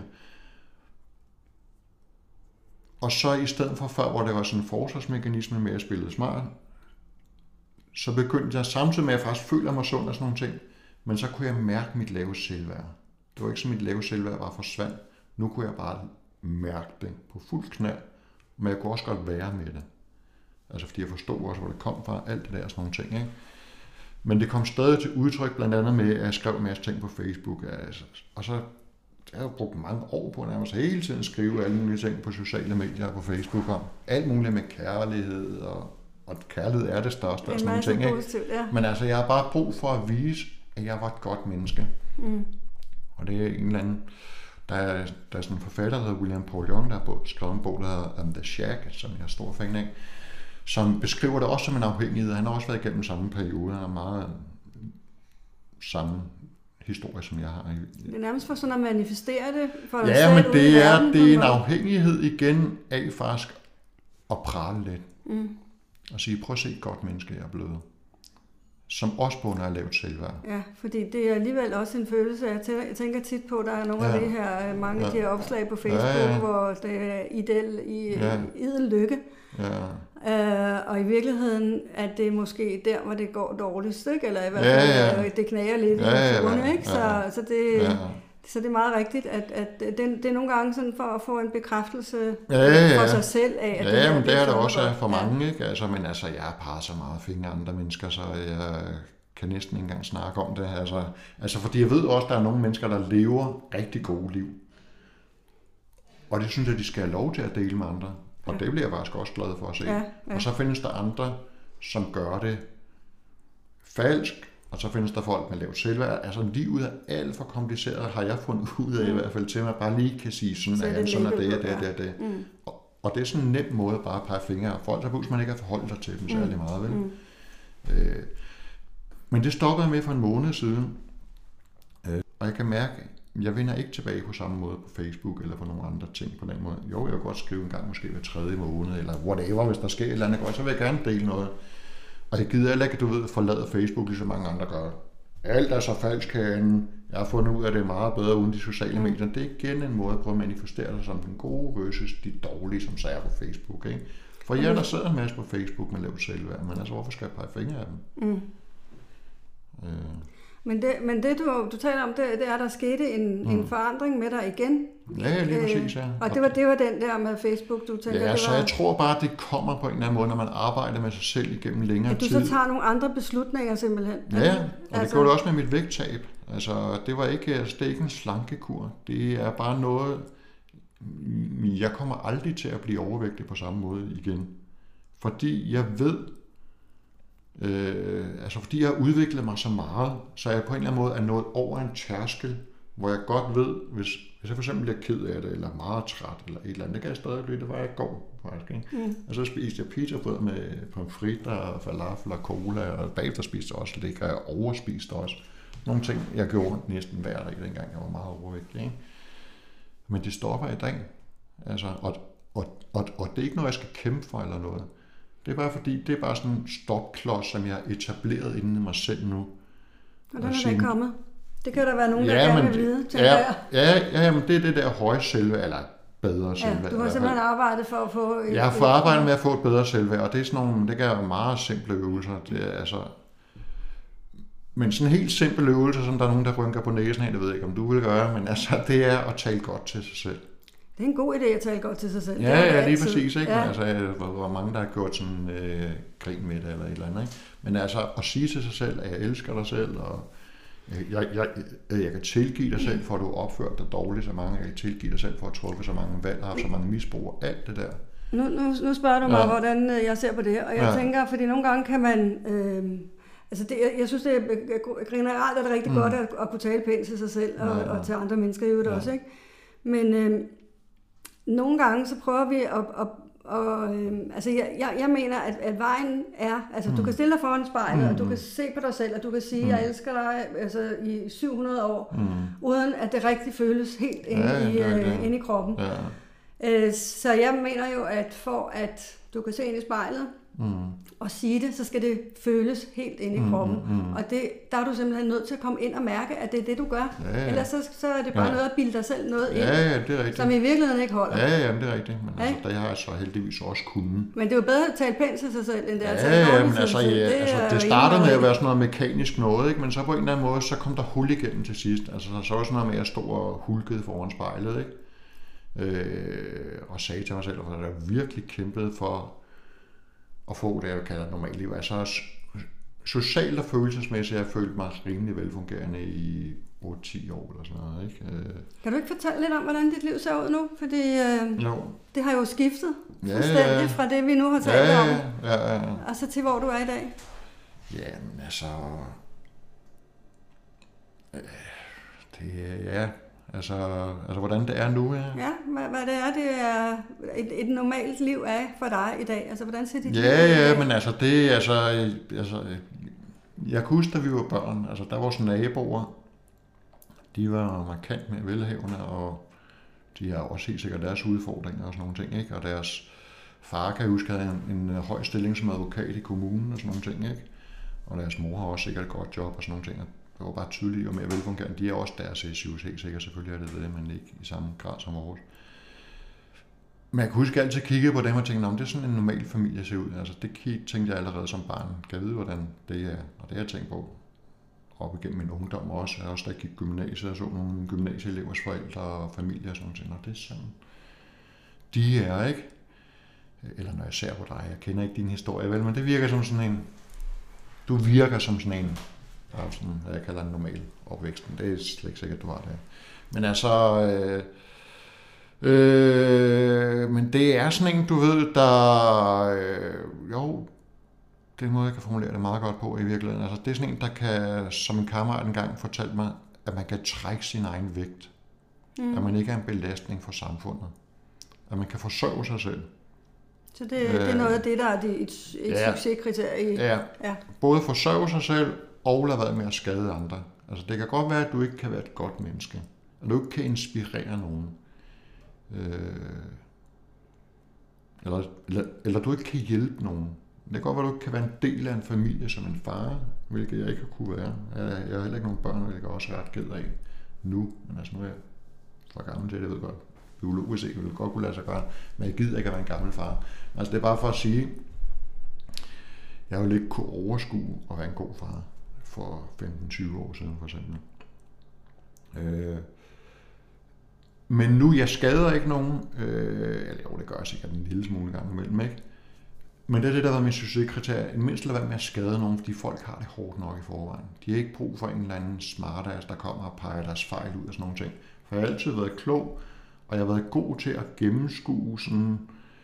Speaker 2: Og så i stedet for før, hvor det var sådan en forsvarsmekanisme med at spille smart, så begyndte jeg samtidig med, at jeg faktisk føler mig sund og sådan nogle ting, men så kunne jeg mærke mit lave selvværd. Det var ikke som mit lave selvværd bare forsvandt. Nu kunne jeg bare mærke det på fuld knald, men jeg kunne også godt være med det. Altså fordi jeg forstod også, hvor det kom fra, alt det der og sådan nogle ting, ikke? Men det kom stadig til udtryk, blandt andet med, at jeg skrev en masse ting på Facebook. Altså, og så jeg har brugt mange år på nærmest hele tiden at skrive alle mulige ting på sociale medier på Facebook om. Alt muligt med kærlighed, og kærlighed er det største og sådan nogle ting. Positivt, ja. Men altså, jeg har bare brug for at vise, at jeg var et godt menneske. Og det er en eller anden, der er sådan en forfatter, der hedder William Paul Young, der har skrevet en bog, der hedder The Shack, som jeg er stor fan af, som beskriver det også som en afhængighed. Han har også været igennem samme periode. Han har meget samme historie, som jeg har.
Speaker 1: Det er nærmest for sådan at manifestere det for dig selv.
Speaker 2: Ja, men det er en afhængighed igen af faktisk at prale lidt. Og sige, prøv at se et godt menneske, jeg er blevet. Som også bunder af lavt selvværd.
Speaker 1: Ja, fordi det er alligevel også en følelse. Jeg tænker tit på, at der er nogle af det her, mange af de her opslag på Facebook, hvor det er idel lykke. Ja. Og i virkeligheden er det måske der, hvor det går dårligst, ikke? Eller i hvert fald det knager lidt i fugerne, ikke? Så det er meget rigtigt, at det er nogle gange sådan for at få en bekræftelse for sig selv af.
Speaker 2: At men det er der også for mange, ikke? Altså, men altså, jeg har parret så meget fingre andre mennesker, så jeg kan næsten ikke engang snakke om det. Altså, fordi jeg ved også, at der er nogle mennesker, der lever rigtig gode liv. Og det synes jeg, de skal have lov til at dele med andre. Og det bliver jeg faktisk også glad for at se. Ja. Og så findes der andre, som gør det falsk, og så findes der folk med lavt selvværd. Altså livet er alt for kompliceret, har jeg fundet ud af i hvert fald til, at man bare lige kan sige, sådan er han, sådan er det. Og det er sådan en nem måde bare at pege fingre af folk, så behøver man ikke at forholde sig til dem særlig meget, vel? Men det stoppede jeg med for en måned siden, og jeg kan mærke, jeg vender ikke tilbage på samme måde på Facebook eller på nogle andre ting på den måde. Jo, jeg vil godt skrive en gang måske hver 3. måned, eller whatever, hvis der sker et eller andet godt, så vil jeg gerne dele noget. Og jeg gider heller ikke, forlade Facebook, ligesom mange andre gør. Alt er så falsk herinde. Jeg har fundet ud af, at det er meget bedre uden de sociale medier. Det er igen en måde at prøve at manifestere sig som den gode versus de dårlige, som så er på Facebook, ikke? For jeg der sidder en masse på Facebook med lavt selvværd, men altså, hvorfor skal jeg pege fingre af dem?
Speaker 1: Men det du taler om, det er, at der skete en forandring med dig igen.
Speaker 2: Ja, lige præcis, ja.
Speaker 1: Og det var den der med Facebook, du tænker,
Speaker 2: ja, det var... så jeg tror bare, at det kommer på en eller anden måde, når man arbejder med sig selv igennem længere tid.
Speaker 1: At du så tager nogle andre beslutninger simpelthen.
Speaker 2: Ja, og det gjorde det også med mit vægttab. Altså, det er ikke en slankekur. Det er bare noget, jeg kommer aldrig til at blive overvægtig på samme måde igen. Fordi jeg ved, fordi jeg har udviklet mig så meget, så jeg på en eller anden måde er nået over en tærskel, hvor jeg godt ved, hvis jeg for eksempel bliver ked af det, eller meget træt, eller et eller andet, det kan jeg stadig blive, det var jeg i går, faktisk, ikke? Og så spiste jeg pizzabrød med pomfritter og falafel og cola, og bagefter spiste jeg også lidt, og jeg overspiste også. Nogle ting, jeg gjorde næsten hver dag, dengang jeg var meget overvægtig, ikke? Men det stopper i dag. Altså, og det er ikke noget, jeg skal kæmpe for eller noget. Det er bare fordi, det er bare sådan en stopklods, som jeg har etableret inden i mig selv nu.
Speaker 1: Hvordan er det kommet? Det kan der være nogen, der gerne vil vide, tænker jeg.
Speaker 2: Ja, men det er det der høje selvværd, eller bedre selvværd.
Speaker 1: Du har simpelthen arbejdet for at få...
Speaker 2: Jeg har fået arbejdet med at få et bedre selvværd, og det er sådan nogle, det kan være meget simple øvelser. Det er altså... Men sådan en helt simpel øvelse, som der er nogen, der rynker på næsen af, det ved jeg ikke, om du vil gøre, men altså, det er at tale godt til sig selv. Det
Speaker 1: er en god idé at tale godt til sig selv.
Speaker 2: Ja, lige præcis, ikke? Ja. Men altså, hvor mange, der har gjort sådan grin med det, eller et eller andet, ikke? Men altså, at sige til sig selv, at jeg elsker dig selv, og jeg kan tilgive dig selv, for at du har opført dig dårligt så mange, jeg kan tilgive dig selv, for at trukke så mange valg, og haft så mange misbrug, alt det der.
Speaker 1: Nu spørger du mig, hvordan jeg ser på det, og jeg tænker, fordi nogle gange kan man... jeg synes, det er generelt er det rigtig godt at kunne tale pænt til sig selv, og til andre mennesker i øvrigt også, ikke? Men nogle gange så prøver vi jeg mener, at vejen er, altså du kan stille dig foran spejlet, og du kan se på dig selv, og du kan sige, jeg elsker dig altså, i 700 år, uden at det rigtig føles helt inde i kroppen. Ja. Så jeg mener jo, at for at du kan se ind i spejlet, og sige det, så skal det føles helt ind i kroppen. Og der er du simpelthen nødt til at komme ind og mærke, at det er det, du gør. Ja. Ellers så er det bare noget at bilde dig selv noget ind,
Speaker 2: det er rigtigt.
Speaker 1: som i virkeligheden ikke holder.
Speaker 2: Ja, det er rigtigt. Men altså, der har jeg så heldigvis også kunnet.
Speaker 1: Men det er jo bedre at tale pænt til sig selv, end det at tale dårligt til sig selv.
Speaker 2: Det startede med at være sådan noget mekanisk noget, ikke? Men så på en eller anden måde, så kom der hul igennem til sidst. Altså, så var sådan noget med at stå og hulkede foran spejlet, ikke? Og sagde til mig selv, at jeg virkelig kæmpede for at få det, jeg kalder normalt liv. Altså socialt og følelsesmæssigt har jeg følt mig rimelig velfungerende i 8-10 år eller sådan noget, ikke?
Speaker 1: Kan du ikke fortælle lidt om, hvordan dit liv ser ud nu? Fordi det har jo skiftet fuldstændig fra det, vi nu har talt om.
Speaker 2: Ja.
Speaker 1: Og så til, hvor du er i dag.
Speaker 2: Jamen altså... Altså, hvordan det er nu, ja.
Speaker 1: Ja, hvad det er et normalt liv er for dig i dag. Altså, hvordan ser dit liv ud?
Speaker 2: Ja, men altså, det er jeg kan huske, da vi var børn, altså, der var vores naboer, de var markant mere velhavende, og de har også helt sikkert deres udfordringer og sådan nogle ting, ikke? Og deres far, kan jeg huske, havde en høj stilling som advokat i kommunen og sådan nogle ting, ikke? Og deres mor har også sikkert et godt job og sådan nogle ting. Det var bare tydeligt og mere velfungerende. De er også deres issues, helt sikkert. Selvfølgelig er det, men ikke i samme grad som vores. Men jeg kan huske, at jeg altid kiggede på dem og tænkte, det er sådan en normal familie ser ud. Altså, det tænkte jeg allerede som barn. Kan jeg vide, hvordan det er? Og det har jeg tænkt på op igennem min ungdom også. Jeg også da jeg gik gymnasiet og så nogle gymnasieelevers forældre og familie og sådan noget. Og det er sådan, de er, ikke? Eller når jeg ser på dig, jeg kender ikke din historie, vel, men det virker som sådan en... Du virker som sådan en... Der er sådan, hvad jeg kalder en normal opvækst, men det er slet ikke sikkert, du har det. Men altså, men det er sådan en, du ved, der, det er en måde, jeg kan formulere det meget godt på i virkeligheden. Altså, det er sådan en, der kan, som en kammerat engang fortalte mig, at man kan trække sin egen vægt. At man ikke er en belastning for samfundet. At man kan forsørge sig selv.
Speaker 1: Så det er noget af det, der er et succeskriterie.
Speaker 2: Ja, både forsørge sig selv, og lade være med at skade andre. Altså, det kan godt være, at du ikke kan være et godt menneske. At du ikke kan inspirere nogen. Eller du ikke kan hjælpe nogen. Det kan godt være, at du ikke kan være en del af en familie som en far, hvilket jeg ikke har kunne være. Jeg har heller ikke nogen børn, hvilket jeg også er ret ked af nu. Men altså, nu er jeg for gammel til det, jeg ved godt. Biologisk set ville godt kunne lade sig gøre, men jeg gider ikke at være en gammel far. Altså, det er bare for at sige, jeg vil ikke kunne overskue at være en god far for 15-20 år siden, for eksempel. Men nu, jeg skader ikke nogen, eller jo, det gør jeg sikkert en lille smule gang imellem, ikke? Men det er det, der har været min succeskriterie. Mindst lade være med at skade nogen, fordi folk har det hårdt nok i forvejen. De har ikke brug for en eller anden smartass, der kommer og peger deres fejl ud og sådan nogle ting. For jeg har altid været klog, Og jeg har været god til at gennemskue sådan,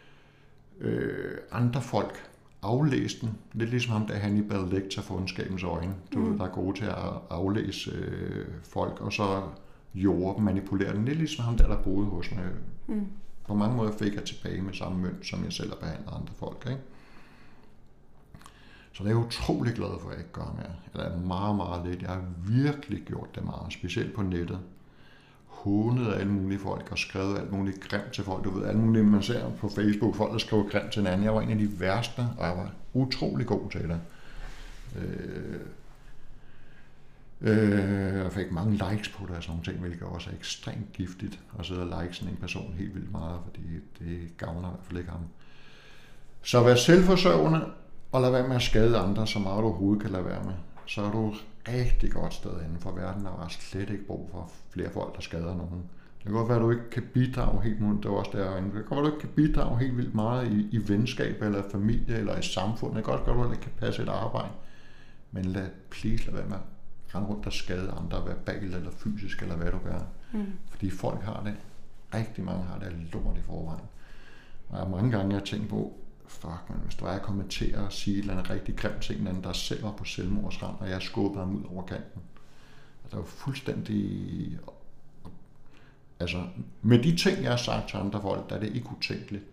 Speaker 2: andre folk, aflæse den. Lidt ligesom ham, der Hannibal Lecter for ondskabens øjne. Der er gode til at aflæse folk, og så jorde dem, manipulere dem. Lidt ligesom ham, der boede hos mig. På mange måder fik jeg tilbage med samme mønt, som jeg selv har behandlet andre folk. Ikke? Så det er jeg utrolig glad for, at jeg ikke gør mere. Eller meget, meget lidt. Jeg har virkelig gjort det meget, specielt på nettet. Hånet af alle mulige folk og skrevet alt muligt grimt til folk. Du ved, alt muligt, man ser på Facebook, folk der skriver grimt til hinanden. Jeg var en af de værste, og jeg var utrolig god til det. Jeg fik mange likes på det og sådan nogle ting, hvilket også er ekstremt giftigt at sidde og like sådan en person helt vildt meget, fordi det gavner i hvert fald ikke ham. Så vær selvforsørgende og lad være med at skade andre, så meget du overhovedet kan lade være med. Så er du rigtig godt sted inden for verden, og har slet ikke brug for flere folk, der skader nogen. Det kan godt være, at du ikke kan bidrage helt vildt, det er også derinde. Det kan godt være, at du ikke kan bidrage helt vildt meget i venskab, eller familie, eller i samfundet. Det kan godt være, at du ikke kan passe et arbejde. Men lad være med at rende rundt og skade andre, verbalt eller fysisk, eller hvad du gør. Fordi folk har det, rigtig mange har det lort i forvejen. Og jeg har mange gange jeg tænkt på, hvis du er at kommentere og sige et eller andet rigtig grimt ting, anden, der selv var på selvmordsrand, og jeg skubbede ham ud over kanten. Det var fuldstændig... Altså, med de ting, jeg har sagt til andre folk, der er det ikke utænkeligt.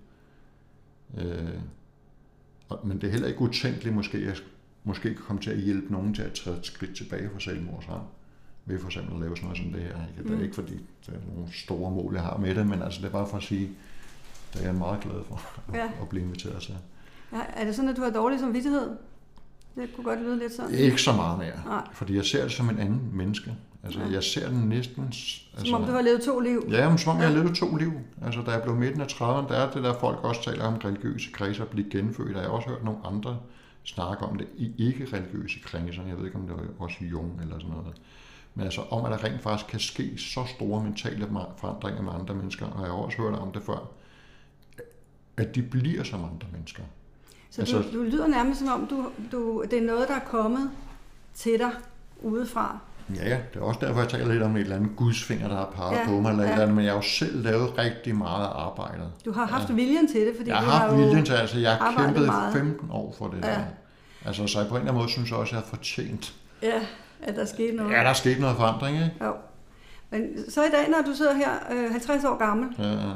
Speaker 2: Men det er heller ikke utænkeligt, måske kan komme til at hjælpe nogen til at træde et skridt tilbage fra selvmordsrand. Ved for eksempel at lave sådan noget som det her. Det er ikke fordi, det er nogle store mål, jeg har med det, men altså, det er bare for at sige, det er jeg meget glad for at blive inviteret til.
Speaker 1: Ja, er det sådan, at du har dårlig samvittighed? Det kunne godt lyde lidt sådan.
Speaker 2: Ikke så meget mere, fordi jeg ser det som en anden menneske. Altså, jeg ser den næsten...
Speaker 1: Som om du har levet 2 liv?
Speaker 2: Ja, som om jeg har levet 2 liv. Altså, da jeg blev midten af 30'erne, der er det der folk også taler om religiøse kredser at blive genfødt. Jeg har også hørt nogle andre snakke om det i ikke-religiøse kredser. Jeg ved ikke, om det er også Jung eller sådan noget. Men altså om, at der rent faktisk kan ske så store mentale forandringer med andre mennesker. Og jeg har også hørt om det før, at de bliver som andre mennesker.
Speaker 1: Så altså, du lyder nærmest som om, det er noget, der er kommet til dig udefra?
Speaker 2: Ja, det er også derfor, jeg taler lidt om et eller andet gudsfinger, der har peget på mig, eller et eller andet, men jeg har jo selv lavet rigtig meget arbejde.
Speaker 1: Du har haft viljen til det, fordi
Speaker 2: jeg har haft viljen til det, altså jeg har kæmpet i 15 år for det der. Altså, så jeg på en eller anden måde synes jeg også, at jeg har fortjent.
Speaker 1: Ja, at der skete noget.
Speaker 2: Ja, der er sket noget forandring, ikke?
Speaker 1: Jo. Men så i dag, når du sidder her 50 år gammel,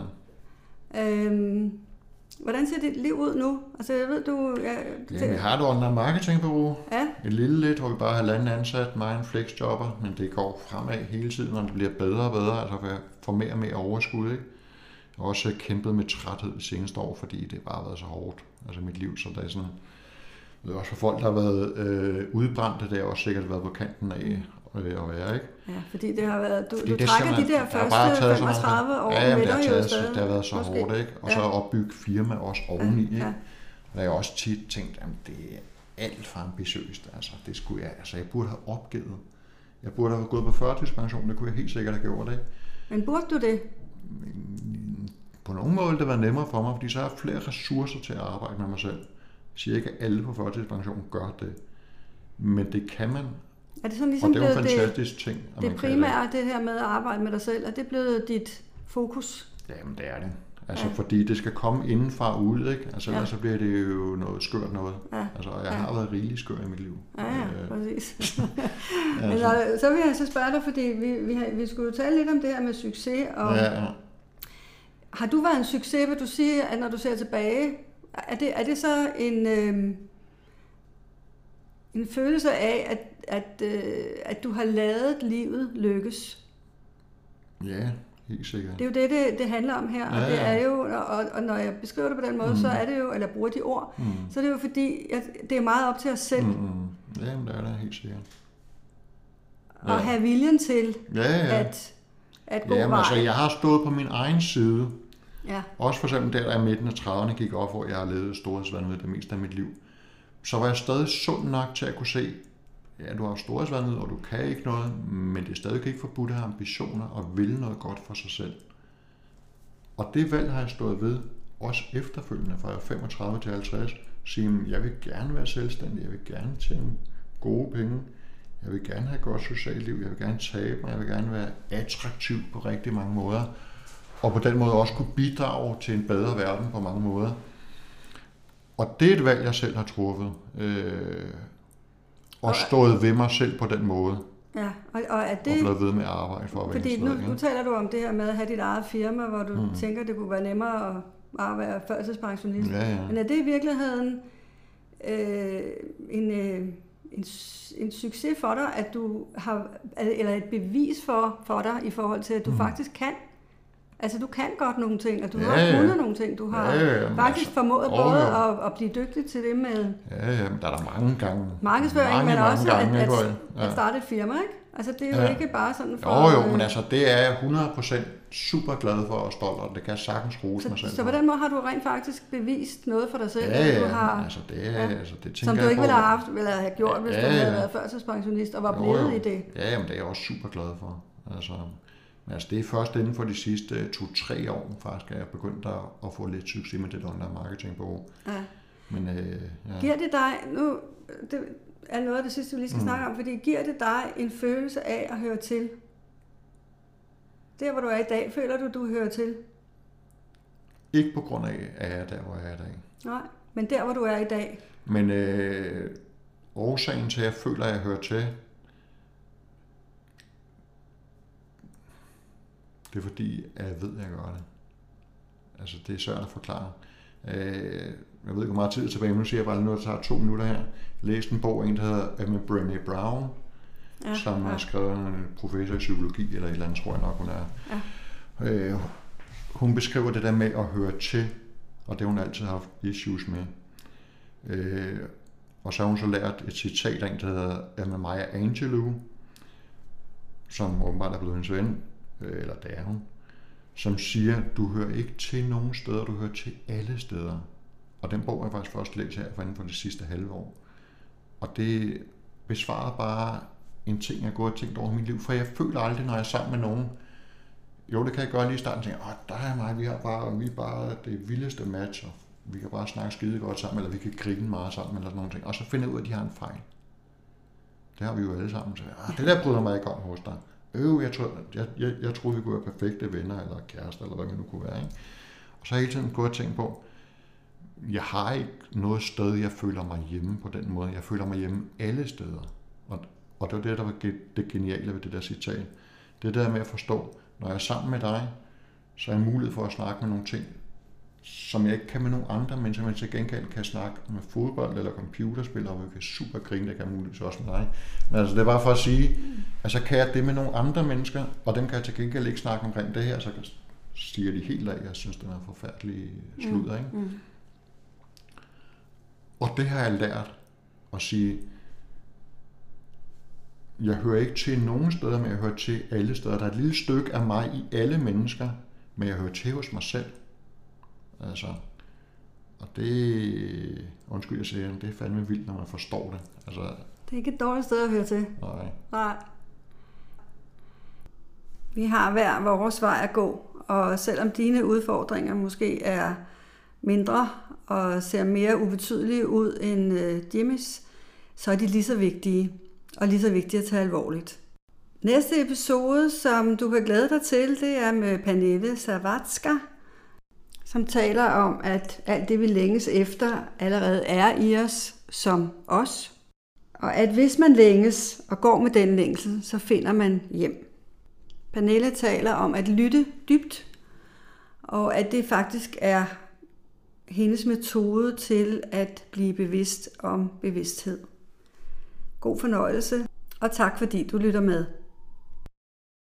Speaker 1: hvordan ser dit liv ud nu? Altså, jeg ved, du...
Speaker 2: Jeg har et online marketingbureau. Ja. Et lille lidt, hvor vi bare har landet ansat, mig en flexjobber, men det går fremad hele tiden, og det bliver bedre og bedre, altså for mere og mere overskud, ikke? Jeg har også kæmpet med træthed de seneste år, fordi det bare har været så hårdt, altså mit liv, så der er sådan... Det er også for folk, der har været udbrændte, det har også sikkert været på kanten af at være, ikke?
Speaker 1: Ja, fordi det har været... Du trækker de der første 35 år med dig jo stadig.
Speaker 2: Det har været så hårdt, ikke? Og så at opbygge firma også oveni, ikke? Og jeg har også tit tænkt, at det er alt for ambitiøst, altså. Det skulle jeg burde have opgivet. Jeg burde have gået på førtidspension, det kunne jeg helt sikkert have gjort, ikke?
Speaker 1: Men burde du det?
Speaker 2: På nogen måde det var nemmere for mig, fordi så har jeg flere ressourcer til at arbejde med mig selv. Jeg siger ikke, at alle på førtidspension gør det, men det kan man.
Speaker 1: Er det sådan ligesom
Speaker 2: og det er jo en fantastisk ting.
Speaker 1: Det primære, det her med at arbejde med dig selv, er det blevet dit fokus?
Speaker 2: Jamen det er det. Altså fordi det skal komme indenfra og ud, ikke? Altså ellers så bliver det jo noget skørt noget. Ja. Altså jeg har været rigelig skør i mit liv.
Speaker 1: Ja, præcis. Altså, så vil jeg så spørge dig, fordi vi skulle jo tale lidt om det her med succes. Og har du været en succes, vil du sige, at når du ser tilbage? Er det så en følelse af, at du har ladet livet lykkes?
Speaker 2: Ja, helt sikkert.
Speaker 1: Det er jo det handler om her, og det er jo, og når jeg beskriver det på den måde, så er det jo, eller bruger de ord, så er det jo fordi, det er meget op til os selv.
Speaker 2: Jamen, det er det helt sikkert.
Speaker 1: Og have viljen til at gå vej.
Speaker 2: Altså, jeg har stået på min egen side. Ja. Også for eksempel der i midten af 30'erne gik op, hvor jeg har levet storhedsvanvid det meste af mit liv. Så var jeg stadig sund nok til at kunne se, ja, du har storhedsvanvid, og du kan ikke noget, men det er stadig ikke forbudt at have ambitioner og ville noget godt for sig selv. Og det valg har jeg stået ved, også efterfølgende, fra 35 til 50, sige, jeg vil gerne være selvstændig, jeg vil gerne tjene gode penge, jeg vil gerne have et godt socialt liv, jeg vil gerne tabe mig, jeg vil gerne være attraktiv på rigtig mange måder. og på den måde også kunne bidrage til en bedre verden på mange måder. Og det er et valg, jeg selv har truffet. Og stået ved mig selv på den måde.
Speaker 1: Ja, og er det...
Speaker 2: Og blevet ved med at arbejde for at være
Speaker 1: fordi nu taler du om det her med at have dit eget firma, hvor du tænker, det kunne være nemmere at bare være førtidspensionist.
Speaker 2: Ja.
Speaker 1: Men er det i virkeligheden en succes for dig, at du har, eller et bevis for dig i forhold til, at du faktisk kan? Altså, du kan godt nogle ting, og du har kunnet nogle ting. Du har faktisk formået både at blive dygtig til det med...
Speaker 2: Ja, men der er der mange gange.
Speaker 1: Markedsføring, men også at starte et firma, ikke? Altså, det er jo ikke bare sådan
Speaker 2: for... Jo, men altså, det er jeg 100% super glad for og stolt, og det kan jeg sagtens rose mig selv.
Speaker 1: Så på den måde har du rent faktisk bevist noget for dig selv?
Speaker 2: Ja,
Speaker 1: du har,
Speaker 2: altså det
Speaker 1: som du ikke ville have haft, eller have gjort, hvis du havde været førtidspensionist og var blevet i det?
Speaker 2: Ja, men det er jeg også super glad for. Altså, det er først inden for de sidste 2-3 år, faktisk, at jeg begyndt at få lidt succes med det online marketingbureau. Ja. Men,
Speaker 1: giver det dig, nu det er noget af det sidste, vi lige skal snakke om, fordi giver det dig en følelse af at høre til? Der, hvor du er i dag, føler du hører til?
Speaker 2: Ikke på grund af, at jeg er der, hvor jeg er i dag.
Speaker 1: Nej, men der, hvor du er i dag?
Speaker 2: Men årsagen til, at jeg føler, at jeg hører til, det er fordi, at jeg ved, at jeg gør det. Altså, det er svært at forklare. Jeg ved ikke, hvor meget tid tilbage, men nu siger jeg bare lige noget, der tager 2 minutter her. Jeg læste en bog, en der hedder Brené Brown, som har skrevet en professor i psykologi, eller et eller andet, tror jeg nok, hun er. Ja. Hun beskriver det der med at høre til, og det har hun altid haft issues med. Og så har hun så lært et citat af en, der hedder Maya Angelou, som åbenbart er blevet hendes ven, eller det er hun, som siger, du hører ikke til nogen steder, du hører til alle steder. Og den bog har jeg faktisk først læst her for inden for det sidste halve år. Og det besvarer bare en ting, jeg har gået og tænkt over i mit liv, for jeg føler aldrig, når jeg er sammen med nogen, jo, det kan jeg gøre lige i starten, tænke, der er mig, vi er bare det vildeste match, og vi kan bare snakke skide godt sammen, eller vi kan grine meget sammen, eller sådan nogle ting. Og så finder jeg ud af, at de har en fejl. Det har vi jo alle sammen. Så, det der bryder mig ikke om hos dig. Jeg troede, vi kunne være perfekte venner, eller kærester, eller hvad vi nu kunne være. Ikke? Og så har jeg hele tiden gået og tænkt på, jeg har ikke noget sted, jeg føler mig hjemme på den måde. Jeg føler mig hjemme alle steder. Og det var det, der var det geniale ved det der citat. Det der med at forstå, når jeg er sammen med dig, så er jeg mulighed for at snakke med nogle ting, som jeg ikke kan med nogen andre, men som jeg til gengæld kan snakke med fodbold eller computerspil, og vi kan super grine, det kan jeg muligvis også med dig. Men altså, det er bare for at sige, altså kan jeg det med nogle andre mennesker, og dem kan jeg til gengæld ikke snakke omkring det her, så stiger de helt af, jeg synes, den er forfærdelig sludder, ikke? Og det har jeg lært at sige, jeg hører ikke til nogen steder, men jeg hører til alle steder. Der er et lille stykke af mig i alle mennesker, men jeg hører til hos mig selv. Altså, og det, undskyld jeg siger, det er fandme vildt, når man forstår det. Altså,
Speaker 1: det er ikke et dårligt sted at høre til. Nej. Vi har hver vores vej at gå, og selvom dine udfordringer måske er mindre og ser mere ubetydelige ud end Jimmys, så er de lige så vigtige, og lige så vigtige at tage alvorligt. Næste episode, som du kan glæde dig til, det er med Pernille Savatska, som taler om, at alt det, vi længes efter, allerede er i os som os. Og at hvis man længes og går med den længsel, så finder man hjem. Pernille taler om at lytte dybt, og at det faktisk er hendes metode til at blive bevidst om bevidsthed. God fornøjelse, og tak fordi du lytter med.